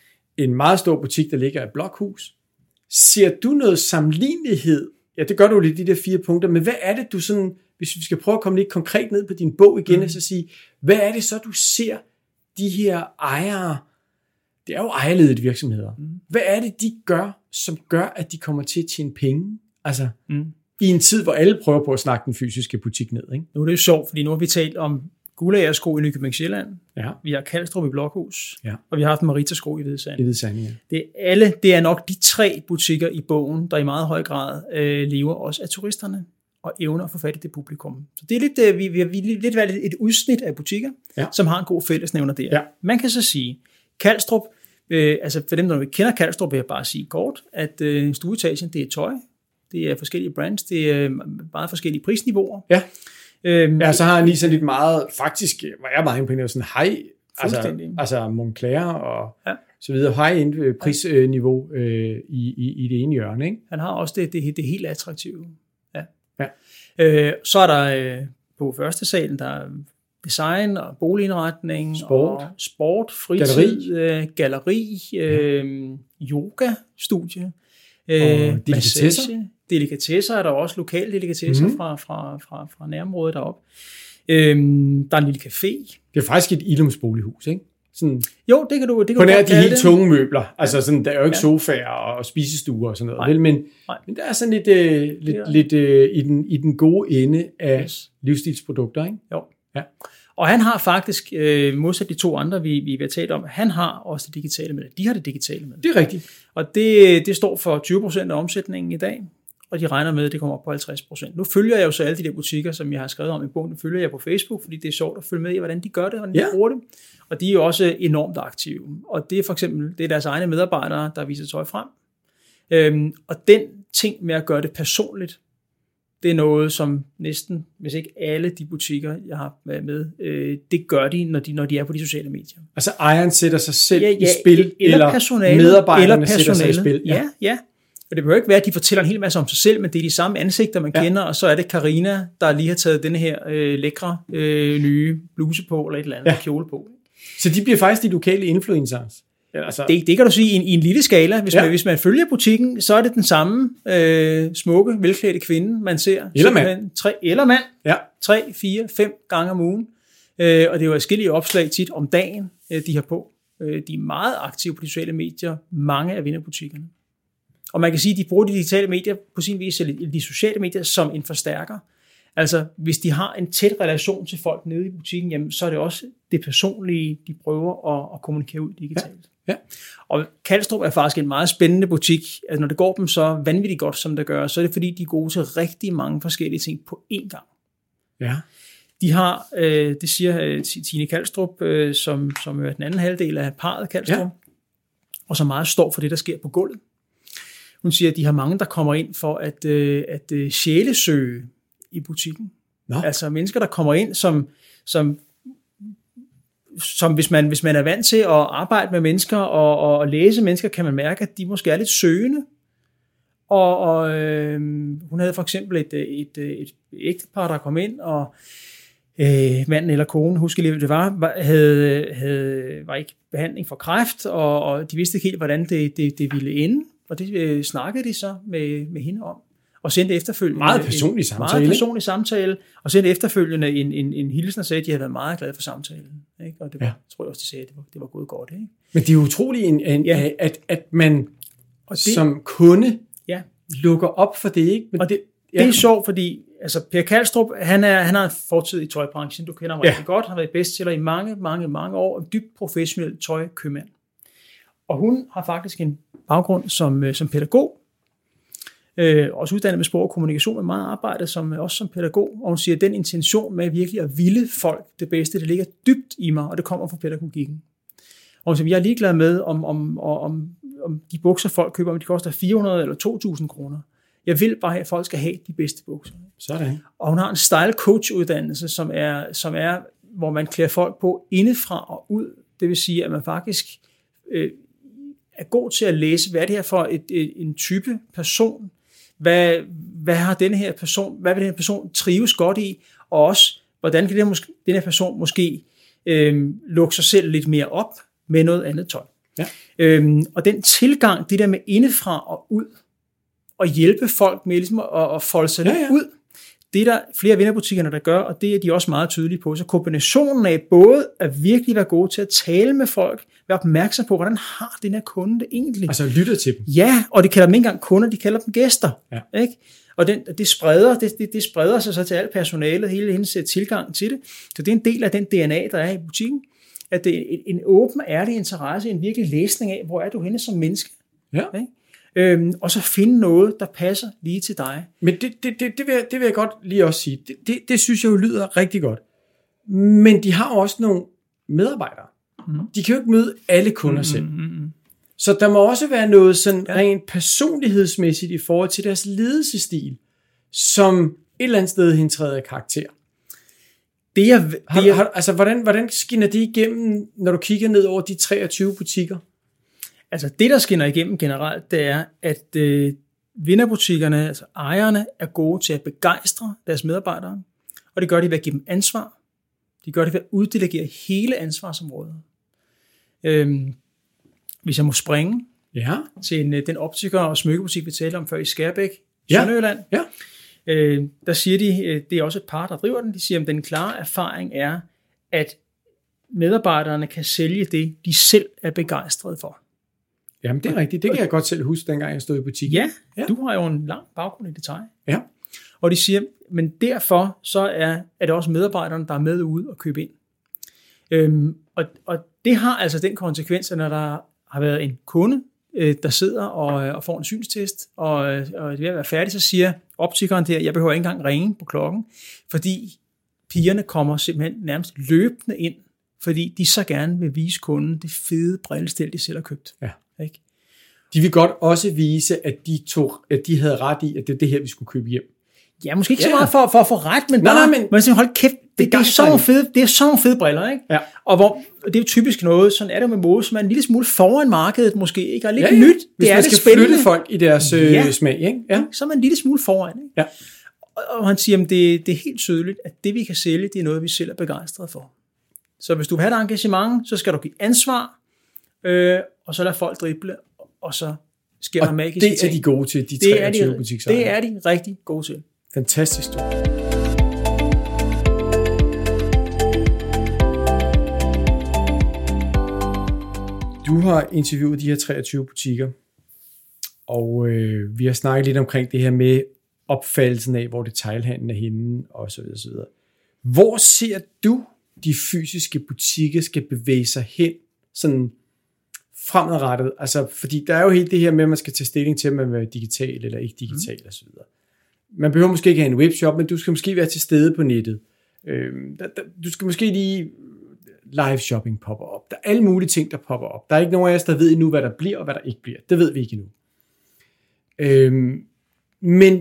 en meget stor butik, der ligger i Blokhus. Ser du noget sammenlignelighed? Ja, det gør du lidt i de der fire punkter, men hvad er det, du sådan, hvis vi skal prøve at komme lidt konkret ned på din bog igen, mm. og så sige, hvad er det så, du ser de her ejere, det er jo ejerledede virksomheder. Mm. Hvad er det, de gør, som gør, at de kommer til at tjene penge? Altså, mm. i en tid, hvor alle prøver på at snakke den fysiske butik ned, ikke? Nu er det jo sjovt, fordi nu har vi talt om Guldagersko i Nykøbing Sjælland. Ja. Vi har Kalstrup i Blokhus. Ja. Og vi har haft Marita-sko i Hvidsand. I Hvidsand, ja. Det er, alle, det er nok de tre butikker i bogen, der i meget høj grad øh, lever også af turisterne og evner at få fat i det publikum. Så det er lidt, øh, vi, vi har lidt valgt et udsnit af butikker, ja. som har en god fællesnævner der. Ja. Man kan så sige, Kalstrup, øh, altså for dem, der ikke kender Kalstrup, vil jeg bare sige kort, at øh, stueetagen, det er tøj, det er forskellige brands, det er meget forskellige prisniveauer. Ja. Øhm, ja, så har han lige sådan lidt meget, faktisk, var jeg meget imponeret, sådan hej, altså, altså Moncler og, ja. så videre, high-end øh, prisniveau øh, i, i, i det ene hjørne, ikke? Han har også det, det, det helt attraktive. Ja. Ja. Øh, så er der øh, på første salen, der er design og boligindretning, sport, og sport, fritid, galleri, øh, galleri øh, yoga-studie, øh, massage, delikatesser, er der også lokale delikatesser mm-hmm. fra, fra, fra, fra nærområdet deroppe. Øh, der er en lille café. Det er faktisk et Illums bolighus, ikke? Sådan, jo, det kan du, det kan på du nær godt de helt det. tunge møbler. Altså sådan, der er jo ikke ja. sofaer og spisestuer og sådan noget. Nej. Vel? Men, Nej. men der er sådan lidt, øh, lidt, ja. lidt øh, i, den, i den gode ende af yes. livsstilsprodukter, ikke? Jo. Ja. Og han har faktisk, øh, modsat de to andre, vi, vi har talt om, han har også det digitale med. De har det digitale med. Det er rigtigt. Og det, det står for tyve procent af omsætningen i dag, og de regner med, at det kommer op på halvtreds procent. Nu følger jeg jo så alle de der butikker, som jeg har skrevet om i bogen, følger jeg på Facebook, fordi det er sjovt at følge med i, hvordan de gør det, hvordan de ja. bruger det. Og de er jo også enormt aktive. Og det er for eksempel det er deres egne medarbejdere, der viser tøj frem. Øhm, og den ting med at gøre det personligt, det er noget, som næsten, hvis ikke alle de butikker, jeg har været med, øh, det gør de, når de, når de er på de sociale medier. Altså ejeren sætter sig selv ja, ja, i spil, eller, eller medarbejderne eller sætter sig i spil. Ja, ja. ja. Og det behøver ikke være, at de fortæller en hel masse om sig selv, men det er de samme ansigter, man ja. kender, og så er det Karina, der lige har taget denne her øh, lækre øh, nye bluse på, eller et eller andet ja. kjole på. Så de bliver faktisk de lokale influencers? Altså. Det, det kan du sige i en, i en lille skala. Hvis, ja. man, hvis man følger butikken, så er det den samme øh, smukke, velklædte kvinde, man ser. Eller mand. Tre, eller mand. Ja. Tre, fire, fem gange om ugen. Øh, og det er jo forskellige opslag tit om dagen, øh, de har på. Øh, de er meget aktive på de sociale medier, mange af vinderbutikkerne. Og man kan sige, at de bruger de digitale medier på sin vis, eller de sociale medier, som en forstærker. Altså, hvis de har en tæt relation til folk nede i butikken, jamen, så er det også det personlige, de prøver at, at kommunikere ud digitalt. Ja. Ja. Og Kalstrup er faktisk en meget spændende butik. Altså, når det går dem så vanvittigt godt, som det gør, så er det fordi, de er gode til rigtig mange forskellige ting på én gang. Ja. De har, øh, det siger øh, Tine Kalstrup, øh, som, som er den anden halvdel af parret Kalstrup, ja. og som meget står for det, der sker på gulvet. Hun siger, at de har mange, der kommer ind for at, øh, at øh, sjælesøge i butikken. Nå. Altså mennesker, der kommer ind, som, som, som hvis, man, hvis man er vant til at arbejde med mennesker og, og, og læse mennesker, kan man mærke, at de måske er lidt søgende. Og, og øh, hun havde for eksempel et, et, et, et ægtepar, der kom ind, og øh, manden eller konen, husker lige, hvad det var, havde, havde, var ikke behandling for kræft, og, og de vidste ikke helt, hvordan det, det, det ville ende. Og det øh, snakkede de så med, med hende om. Og sendte efterfølgende meget personlig samtale. Meget personlig samtale. Og sendte efterfølgende en, en, en hilsen og sagde, at de havde været meget glade for samtalen. Ikke? Og det var, ja. tror jeg også, de sagde, at det var, det var gået godt. Ikke? Men det er utroligt, en, en, ja. at, at man og det, som kunde ja. lukker op for det. Ikke? Men og det, ja. det er sjovt, fordi altså, Per Kalstrup, han, er, han har en fortid i tøjbranchen. Du kender ham ja. rigtig godt. Han har været bestseller i mange, mange, mange år. En dybt professionel tøjkøbmand. Og hun har faktisk en baggrund som, som pædagog. Øh, også uddannet med sprog og kommunikation, med meget arbejde som, også som pædagog. Og hun siger, at den intention med virkelig at ville folk det bedste, det ligger dybt i mig, og det kommer fra pædagogikken. Og hun siger, jeg er ligeglad med, om, om, om, om de bukser, folk køber, om de koster fire hundrede eller to tusind kroner. Jeg vil bare have, at folk skal have de bedste bukser. Sådan. Og hun har en style coach uddannelse, som er, som er, hvor man klæder folk på indefra og ud. Det vil sige, at man faktisk øh, er god til at læse, hvad er det her for et, et, en type person, hvad, hvad har denne her person, hvad vil den her person trives godt i, og også, hvordan kan den, måske, den her person måske øh, lukke sig selv lidt mere op med noget andet tøj. Ja. Øhm, og den tilgang, det der med indefra og ud, og hjælpe folk med ligesom at, at folde sig ja, ja. ud, det er der flere af vinderbutikkerne, der gør, og det er de også meget tydelige på. Så kombinationen af både at virkelig være gode til at tale med folk, være opmærksom på, hvordan har den her kunde det egentlig? Altså lytte til dem. Ja, og de kalder dem ikke engang kunder, de kalder dem gæster. Ja. Ikke? Og den, det, spreder, det, det, det spreder sig så til alt personalet, hele hendes tilgang til det. Så det er en del af den D N A, der er i butikken. At det er en åben, ærlig interesse, en virkelig læsning af, hvor er du henne som menneske. Ja. Ikke? Øhm, og så finde noget, der passer lige til dig. Men det, det, det, det, vil, jeg, det vil jeg godt lige også sige. Det, det, det synes jeg jo lyder rigtig godt. Men de har også nogle medarbejdere. Mm. De kan jo ikke møde alle kunder mm, selv. Mm, mm. Så der må også være noget sådan ja. rent personlighedsmæssigt i forhold til deres ledelsesstil, som et eller andet sted hentræder af karakter. Det er, det har, er, har, altså, hvordan, hvordan skinner det igennem, når du kigger ned over de treogtyve butikker? Altså det, der skinner igennem generelt, det er, at øh, vinderbutikkerne, altså ejerne, er gode til at begejstre deres medarbejdere, og det gør de ved at give dem ansvar. De gør det ved at uddelegere hele ansvarsområdet. Øhm, hvis jeg må springe ja. til en, den optiker- og smykkebutik, vi talte om før i Skærbæk, ja. Sønderjylland, ja. øh, der siger de, det er også et par, der driver den, de siger, at den klare erfaring er, at medarbejderne kan sælge det, de selv er begejstrede for. Jamen, det er rigtigt. Det kan jeg godt selv huske, dengang jeg stod i butikken. Ja, ja. Du har jo en lang baggrund i detail. Ja. Og de siger, men derfor så er, er det også medarbejderne, der er med ude og købe ind. Øhm, og, og det har altså den konsekvens, at når der har været en kunde, øh, der sidder og, og får en synstest, og, og det vil være færdig, så siger optikeren der, jeg behøver ikke engang ringe på klokken, fordi pigerne kommer simpelthen nærmest løbende ind, fordi de så gerne vil vise kunden det fede brillestel, de selv har købt. Ja. Ikke? De vil godt også vise, at de, tog, at de havde ret i, at det er det her, vi skulle købe hjem. Ja, måske ikke ja. så meget for, for at få ret, men nej, bare, nej, men, men sådan, hold kæft, det, det, det, er sådan nogle fede, det er sådan nogle fede briller, ikke? Ja. Og hvor, det er jo typisk noget, sådan er det med mode, som er en lille smule foran markedet måske, ikke? Og lidt ja, ja. nyt, Hvis det er man det skal spændende. flytte folk i deres øh, ja. smag, ikke? Ja. Så er man en lille smule foran, ikke? Ja. Og, og han siger, at det, det er helt tydeligt, at det vi kan sælge, det er noget, vi selv er begejstrede for. Så hvis du vil have et engagement, så skal du give ansvar, øh, og så lade folk drible, og så sker der magiske ting. Og det er de gode til, de treogtyve butikker. Det er de rigtig gode til. Fantastisk, du. Du har interviewet de her treogtyve butikker, og øh, vi har snakket lidt omkring det her med opfattelsen af, hvor detailhandlen er henne, og så videre, så videre. Hvor ser du, de fysiske butikker skal bevæge sig hen, sådan fremadrettet? Altså, fordi der er jo helt det her med, at man skal tage stilling til, om man vil være digital eller ikke digital, mm. og så videre. Man behøver måske ikke have en webshop, men du skal måske være til stede på nettet. Øh, der, der, du skal måske lige live shopping popper op. Der er alle mulige ting, der popper op. Der er ikke nogen af os, der ved endnu, hvad der bliver og hvad der ikke bliver. Det ved vi ikke endnu. Øh, men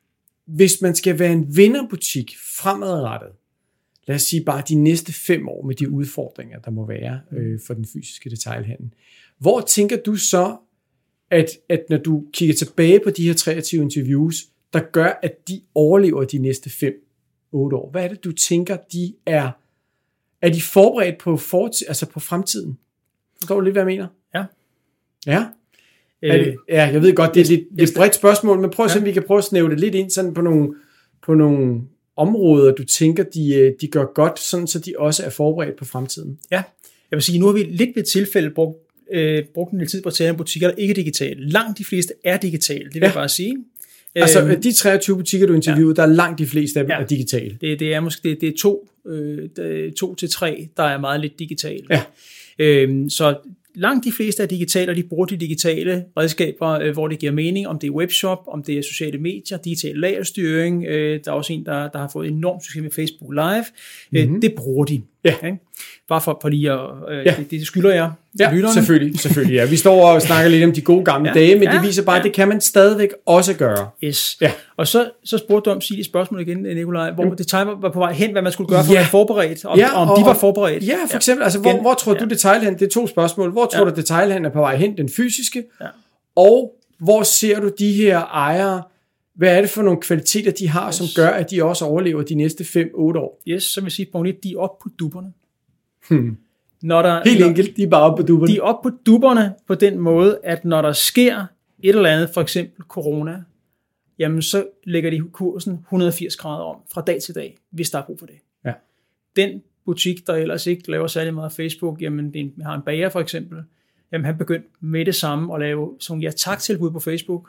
hvis man skal være en vinderbutik fremadrettet, lad os sige bare de næste fem år med de udfordringer, der må være øh, for den fysiske detailhandel, hvor tænker du så, at, at når du kigger tilbage på de her treogtyve interviews, der gør, at de overlever de næste fem otte år? Hvad er det, du tænker, de er? Er de forberedt på, fortid, altså på fremtiden? Forstår du lidt, hvad jeg mener? Ja. Ja? Øh, det, ja, jeg ved godt, det er lidt det er et bredt spørgsmål, men prøv at se, om vi kan prøve at snæve det lidt ind sådan på nogle, på nogle områder, du tænker, de, de gør godt, sådan så de også er forberedt på fremtiden. Ja, jeg vil sige, nu har vi lidt ved et tilfælde brugt, øh, brugt en lille tid på at tale om butikker, der ikke er digitale. Langt de fleste er digitale, det vil ja. jeg bare sige. Altså øh, de treogtyve butikker, du interviewede, ja. der er langt de fleste af dem ja. er digitale. Det, det er måske det, det er to, øh, to til tre, der er meget lidt digitale. Ja. Øh, så langt de fleste er digitale, og de bruger de digitale redskaber, øh, hvor det giver mening, om det er webshop, om det er sociale medier, digital lagerstyring. Øh, der er også en, der, der har fået enormt succes med Facebook Live. Mm-hmm. Øh, det bruger de. Ja. Okay? Bare for, for lige at... Øh, ja. det, det skylder jeg. Ja, lytterne. selvfølgelig. selvfølgelig ja. Vi står og snakker lidt om de gode gamle ja. dage, men ja. det viser bare, ja. at det kan man stadigvæk også gøre. Yes. Ja. Og så, så spurgte du om sige spørgsmål igen, Nikolaj, hvor detail var på vej hen, hvad man skulle gøre for ja. at være forberedt, om, ja, og, om de var forberedt. Ja, for eksempel, altså, hvor, hvor tror du detailhandel, det er to spørgsmål, hvor tror ja. du detailhandel er på vej hen, den fysiske, ja. og hvor ser du de her ejere, hvad er det for nogle kvaliteter, de har, yes. som gør, at de også overlever de næste fem otte år? Yes, så vil jeg sige, punkt et, de er oppe på dupperne. Hmm. Når der, Helt enkelt, de er bare oppe på dupperne. De er oppe på dupperne på den måde, at når der sker et eller andet, for eksempel corona, jamen så lægger de kursen et hundrede og firs grader om fra dag til dag, hvis der er brug for det. Ja. Den butik, der ellers ikke laver særlig meget Facebook, jamen den har en bager for eksempel, jamen han begyndte med det samme at lave sådan ja tak-tilbud på Facebook,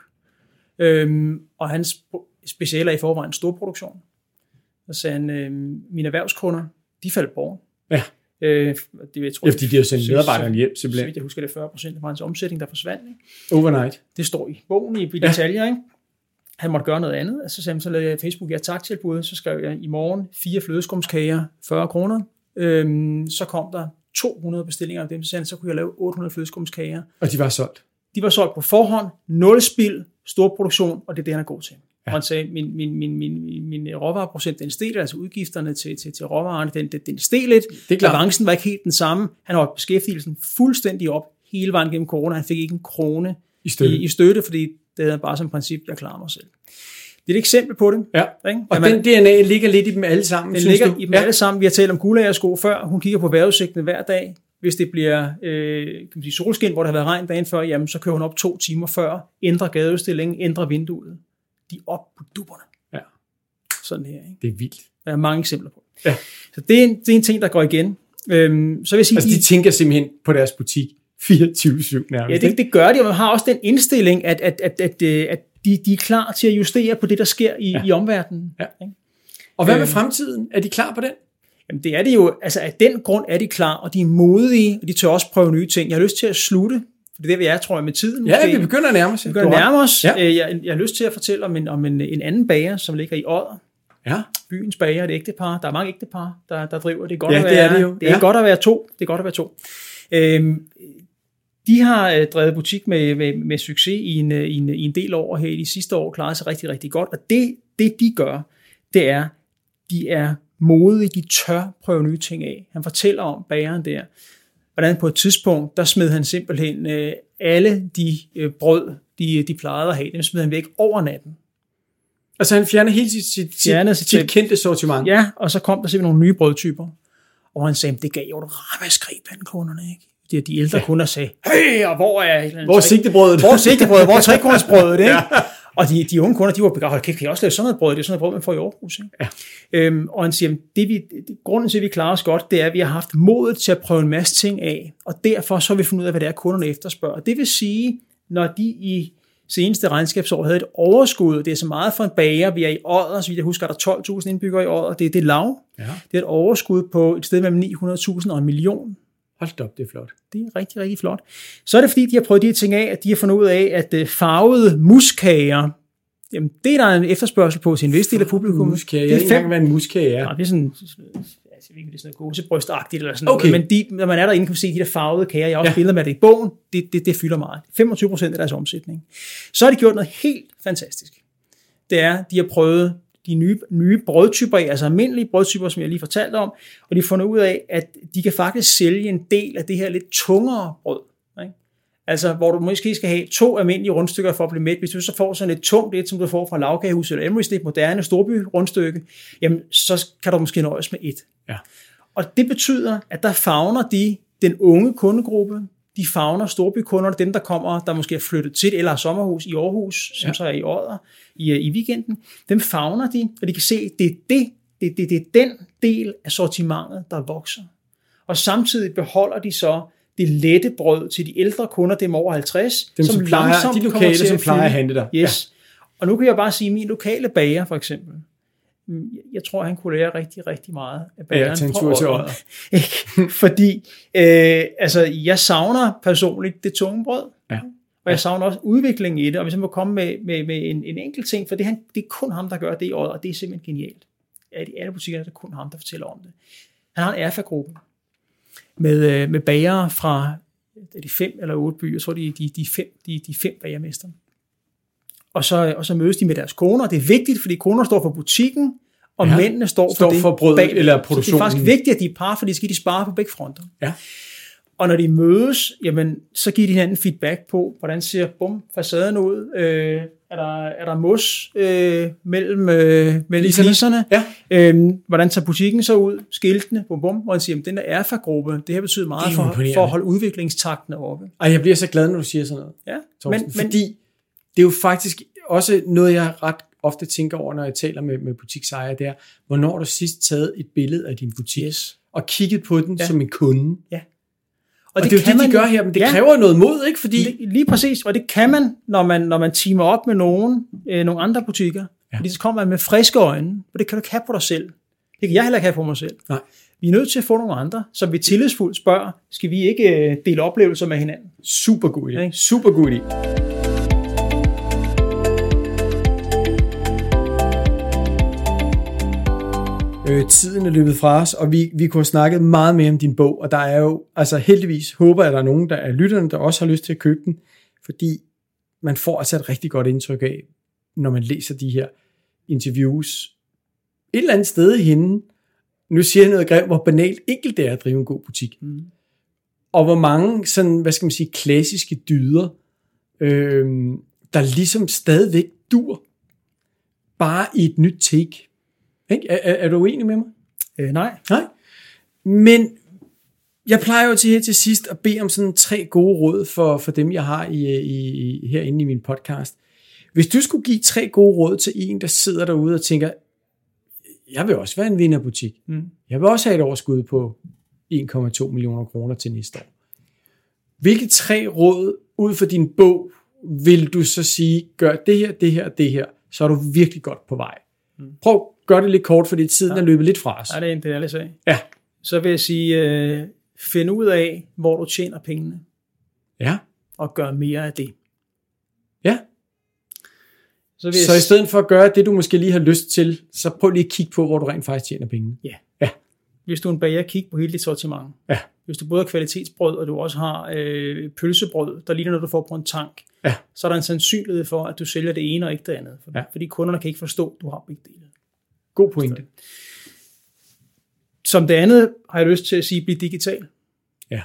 øhm, og hans speciale er i forvejen storproduktion. Så sagde han, øhm, mine erhvervskunder, de faldt bort. Ja. Øh, det, jeg tror, ja, fordi de har sendt medarbejderne hjem, simpelthen. Så jeg husker, det er fyrre procent af hans omsætning, der forsvandt. Ikke? Overnight. Det står i bogen i detaljer, ja. Ikke? Han måtte gøre noget andet. Så sagde han, så lavede jeg Facebook, ja tak tilbud. Så skrev jeg i morgen fire flødeskumskager, fyrre kroner. Øhm, så kom der to hundrede bestillinger af dem. Så sagde han, så kunne jeg lave otte hundrede flødeskumskager. Og de var solgt? De var solgt på forhånd. Nul spild, stor produktion, og det er det, han er god til. Ja. Og han sagde, min, min, min, min, min råvareprocent, den steg, altså udgifterne til, til, til råvarerne, den, den, den steg lidt. Avancen var ikke helt den samme. Han har beskæftigelsen fuldstændig op hele vejen gennem corona. Han fik ikke en krone I støtte, i, i støtte fordi det er bare som princip, jeg klarer mig selv. Det er et eksempel på det. Ja, ikke? og Jamen, den D N A ligger lidt i dem alle sammen. Den ligger du? i dem ja. alle sammen. Vi har talt om Guldagersko før. Hun kigger på vejrudsigten hver dag. Hvis det bliver øh, kan man sige, solskin, hvor der har været regn dagen før, jamen, så kører hun op to timer før, ændrer gadeudstillingen, ændrer vinduet. De er op på dupperne. Ja. Sådan her. Ikke? Det er vildt. Der er mange eksempler på. Ja. Så det er, en, det er en ting, der går igen. Øhm, så vil jeg sige, altså de tænker simpelthen på deres butik fireogtyve syv nærmest. Ja, det, det gør de, og man har også den indstilling, at, at, at, at, at de, de er klar til at justere på det, der sker i, ja. i omverdenen. Ja. Og hvad med fremtiden? Er de klar på den? Jamen det er det jo, altså af den grund er de klar, og de er modige, og de tør også prøve nye ting. Jeg har lyst til at slutte, for det er det, vi er, tror jeg, med tiden. Ja, måske. Vi begynder at nærme os. Vi begynder at nærme os. Ja. Jeg, jeg har lyst til at fortælle om en, om en, en anden bager, som ligger i Odder. Ja. Byens bager, et ægtepar. Der er mange ægtepar, der, der driver. Det er godt ja, at være, det er det jo. Det er ja. godt at være to. Det er godt at være to. Øhm, de har drevet butik med, med, med succes i en, i, en, i en del år her i de sidste år, klaret sig rigtig, rigtig godt. Og det, det de gør, det er, de er modige, de tør prøve nye ting af. Han fortæller om bageren der, hvordan på et tidspunkt, der smed han simpelthen øh, alle de øh, brød, de, de plejede at have, dem smed han væk over natten. Altså han fjerner hele sit, sit, sit, sit, sit kendte sortiment. Ja, og så kom der simpelthen nogle nye brødtyper. Og han sagde, det gav jo et ramaskrig blandt kunderne, ikke? De, de ældre ja. kunder sagde, hey, og hvor er... Hvor er sigtebrødet? Hvor er sigtebrødet? Hvor er trekornsbrødet, ikke? Ja. Og de, de unge kunder, de var begejstrede, kan I også lave sådan noget brød? Det er sådan noget brød, man får i Aarhus, ikke? Ja. Øhm, og han siger, det vi, det, grunden til, at vi klarer os godt, det er, at vi har haft modet til at prøve en masse ting af, og derfor så har vi fundet ud af, hvad det er, kunderne efterspørger. Det vil sige, når de i seneste regnskabsår havde et overskud, det er så meget for en bager, vi er i Odder, så vidt jeg husker, der er tolv tusind indbyggere i Odder, det, det er lav. Ja. Det er et overskud på et sted mellem ni hundrede tusind og en million. Hold op, det er flot. Det er rigtig, rigtig flot. Så er det fordi, de har prøvet de her ting af, at de har fundet ud af, at farvede muskager, jamen det er der en efterspørgsel på til en vis del af publikum. Muskager, jeg ved ikke engang, hvad en muskage er. Nej, det er sådan, altså, jeg ved ikke, det er sådan noget gåsebrystagtigt eller sådan okay. noget, men de, når man er derinde, kan man se de der farvede kager, jeg har også ja. billeder med det i bogen, det, det, det fylder meget. femogtyve procent af deres omsætning. Så har de gjort noget helt fantastisk. Det er, de har prøvet de nye, nye brødtyper, altså almindelige brødtyper, som jeg lige fortalte om, og de har fundet ud af, at de kan faktisk sælge en del af det her lidt tungere brød. Ikke? Altså, hvor du måske skal have to almindelige rundstykker for at blive mæt. Hvis du så får sådan et tungt et, som du får fra Lavkagehus eller Emery's, det moderne storby rundstykke, jamen, så kan du måske nøjes med et. Ja. Og det betyder, at der favner de den unge kundegruppe, de favner storbykunderne, dem der kommer, der måske er flyttet til eller har sommerhus i Aarhus, som ja. så er i Odder i, i weekenden, dem favner de, og de kan se, at det er, det, det, det, det er den del af sortimentet, der vokser. Og samtidig beholder de så det lette brød til de ældre kunder, dem over halvtreds, dem, som, som plejer, de lokale, som plejer at handle der. Yes. Ja. Og nu kan jeg bare sige, at min lokale bager for eksempel, jeg tror, han kunne lære rigtig, rigtig meget af bageren ja, på Odder. Fordi øh, altså, jeg savner personligt det tunge brød. Ja. Og jeg savner også udviklingen i det. Og hvis jeg må komme med, med, med en, en enkelt ting, for det, han, det er kun ham, der gør det i Odder, og det er simpelthen genialt. Af de alle butikker er det kun ham, der fortæller om det. Han har en erfa-gruppe med, med bagere fra de fem eller otte byer. Jeg tror, de, de, de, fem, de, de fem bagermester. Og så, og så mødes de med deres koner. Det er vigtigt, fordi koner står for butikken, og ja, mændene står, står for, det for brød bag, eller produktionen. Så det er faktisk vigtigt, at de er par, for de skal de spare på begge fronter. Ja. Og når de mødes, jamen, så giver de hinanden feedback på, hvordan ser bum, facaden ud? Øh, er, der, er der mos øh, mellem, øh, mellem fliserne? Ja. Øh, hvordan tager butikken så ud? Skiltene, bum, bum. Og han siger, at den der erfa-gruppe, det her betyder meget for, for at holde udviklingstakten oppe. Ej, jeg bliver så glad, når du siger sådan noget. Ja, Torsten, men, fordi det er jo faktisk også noget, jeg ret ofte tænker over, når jeg taler med, med butiksejere, det er, hvornår har du sidst taget et billede af din butik, yes. og kigget på den ja. som en kunde? Ja. Og, og det, det er jo det, man, de gør her, men det ja, kræver noget mod, ikke? Fordi det, lige præcis, og det kan man, når man, når man teamer op med nogen, øh, nogle andre butikker. Ja. Fordi så kommer man med friske øjne, og det kan du ikke have på dig selv. Det kan jeg heller ikke have på mig selv. Nej. Vi er nødt til at få nogle andre, som vi tillidsfuldt spørger, skal vi ikke øh, dele oplevelser med hinanden? Super god idé. Ja, super god idé. Øh, tiden er løbet fra os, og vi, vi kunne have snakket meget mere om din bog, og der er jo, altså heldigvis håber jeg, at der er nogen, der er lytterne, der også har lyst til at købe den, fordi man får altså et rigtig godt indtryk af, når man læser de her interviews. Et eller andet sted henne, nu siger jeg noget grimt, hvor banalt enkelt det er at drive en god butik. Mm. og hvor mange sådan, hvad skal man sige, klassiske dyder, øh, der ligesom stadigvæk dur, bare i et nyt take. Ikke? Er, er, er du uenig med mig? Øh, nej. Nej. Men jeg plejer jo til her til sidst at bede om sådan tre gode råd for, for dem, jeg har i, i, herinde i min podcast. Hvis du skulle give tre gode råd til en, der sidder derude og tænker, jeg vil også være en vinderbutik. Mm. Jeg vil også have et overskud på en komma to millioner kroner til næste år. Hvilke tre råd ud fra din bog vil du så sige, gør det her, det her og det her, så er du virkelig godt på vej. Mm. Prøv at gøre det lidt kort, fordi tiden ja. er løbet lidt fra os. Ja, det er en ærlig sag. Ja. Så vil jeg sige, øh, find ud af, hvor du tjener pengene. Ja. Og gør mere af det. Ja. Så, så i stedet for at gøre det, du måske lige har lyst til, så prøv lige at kigge på, hvor du rent faktisk tjener pengene. Ja. Ja. Hvis du er en bager, kig på hele dit sortiment. Ja. Hvis du både har kvalitetsbrød, og du også har øh, pølsebrød, der ligner noget, du får på en tank, ja. så er der en sandsynlighed for, at du sælger det ene og ikke det andet. For, ja. Fordi kunderne kan ikke forstå, at du har begge dele. God pointe. Som det andet har jeg lyst til at sige, bliv digital. Ja.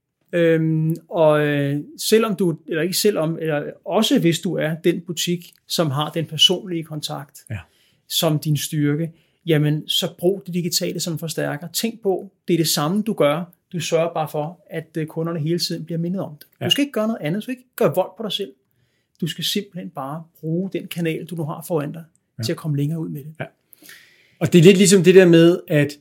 Øhm, og øh, selvom du, eller ikke selvom, eller også hvis du er den butik, som har den personlige kontakt, ja. som din styrke, jamen så brug det digitale som forstærker. Tænk på, det er det samme du gør. Du sørger bare for, at kunderne hele tiden bliver mindet om det. Ja. Du skal ikke gøre noget andet. Du skal ikke gøre vold på dig selv. Du skal simpelthen bare bruge den kanal, du nu har foran dig, ja. til at komme længere ud med det. Ja. Og det er lidt ligesom det der med, at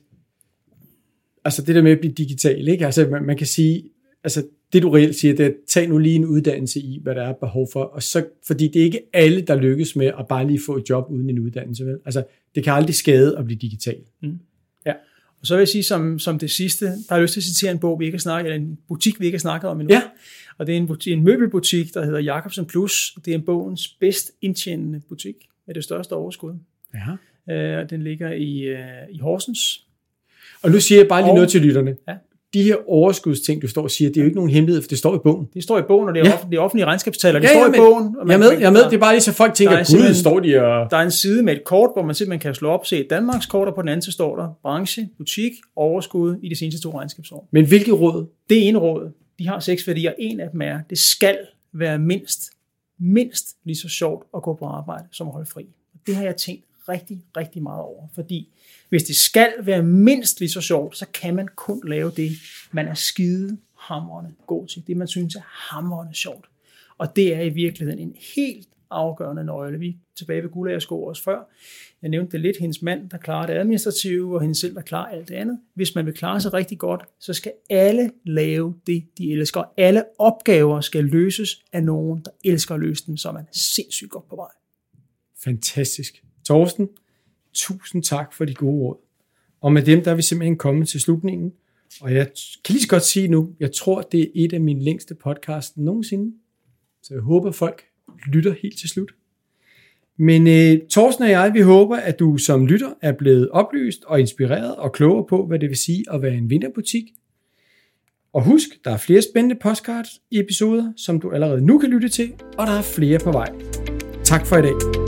altså det der med at blive digital, ikke? Altså man, man kan sige, altså det du reelt siger, det er, tag nu lige en uddannelse i, hvad der er behov for, og så, fordi det er ikke alle, der lykkes med at bare lige få et job uden en uddannelse, vel? Altså det kan aldrig skade at blive digital. Mm. Ja. Og så vil jeg sige som, som det sidste, der har jeg lyst til at citere en bog, vi ikke har snakket, eller en butik, vi ikke har snakket om endnu. Ja. Og det er en, butik, en møbelbutik, der hedder Jacobsen Plus. Det er en bogens bedst indtjenende butik med det største overskud. Ja. Øh, den ligger i, uh, i Horsens. Og nu siger jeg bare lige og, noget til lytterne. Ja. De her overskudsting, du står og siger, det er jo ikke nogen hemmelighed, for det står i bogen. Det står i bogen, og det er, ja. offentlige, offentlige regnskabstaler. Det ja, står ja, i bogen. Og jeg er med, jeg er med. Det er bare lige så folk tænker, gud, står de og... Der er en side med et kort, hvor man simpelthen kan slå op, se et Danmarks kort, og på den anden side står der branche, butik, overskud i de seneste to regnskabsår. Men hvilke råd? Det er en råd. De har seks værdier. En af dem er, det skal være mindst, mindst lige så sjovt at gå på arbejde, som at holde fri. Det har jeg tænkt rigtig, rigtig meget over, fordi hvis det skal være mindst lige så sjovt, så kan man kun lave det, man er skide hamrende god til. Det, man synes er hamrende sjovt. Og det er i virkeligheden en helt afgørende nøgle. Vi er tilbage ved Guldagersko også før. Jeg nævnte det lidt, hendes mand, der klarer det administrative, og hende selv, der klarer alt det andet. Hvis man vil klare sig rigtig godt, så skal alle lave det, de elsker. Alle opgaver skal løses af nogen, der elsker at løse dem, så er man sindssygt godt på vej. Fantastisk. Torsten, tusind tak for de gode råd. Og med dem, der er vi simpelthen kommet til slutningen. Og jeg kan lige så godt sige nu, jeg tror, det er et af mine længste podcasts nogensinde. Så jeg håber, folk lytter helt til slut. Men øh, Torsten og jeg, vi håber, at du som lytter er blevet oplyst og inspireret og klogere på, hvad det vil sige at være en vinterbutik. Og husk, der er flere spændende podcast-episoder, som du allerede nu kan lytte til, og der er flere på vej. Tak for i dag.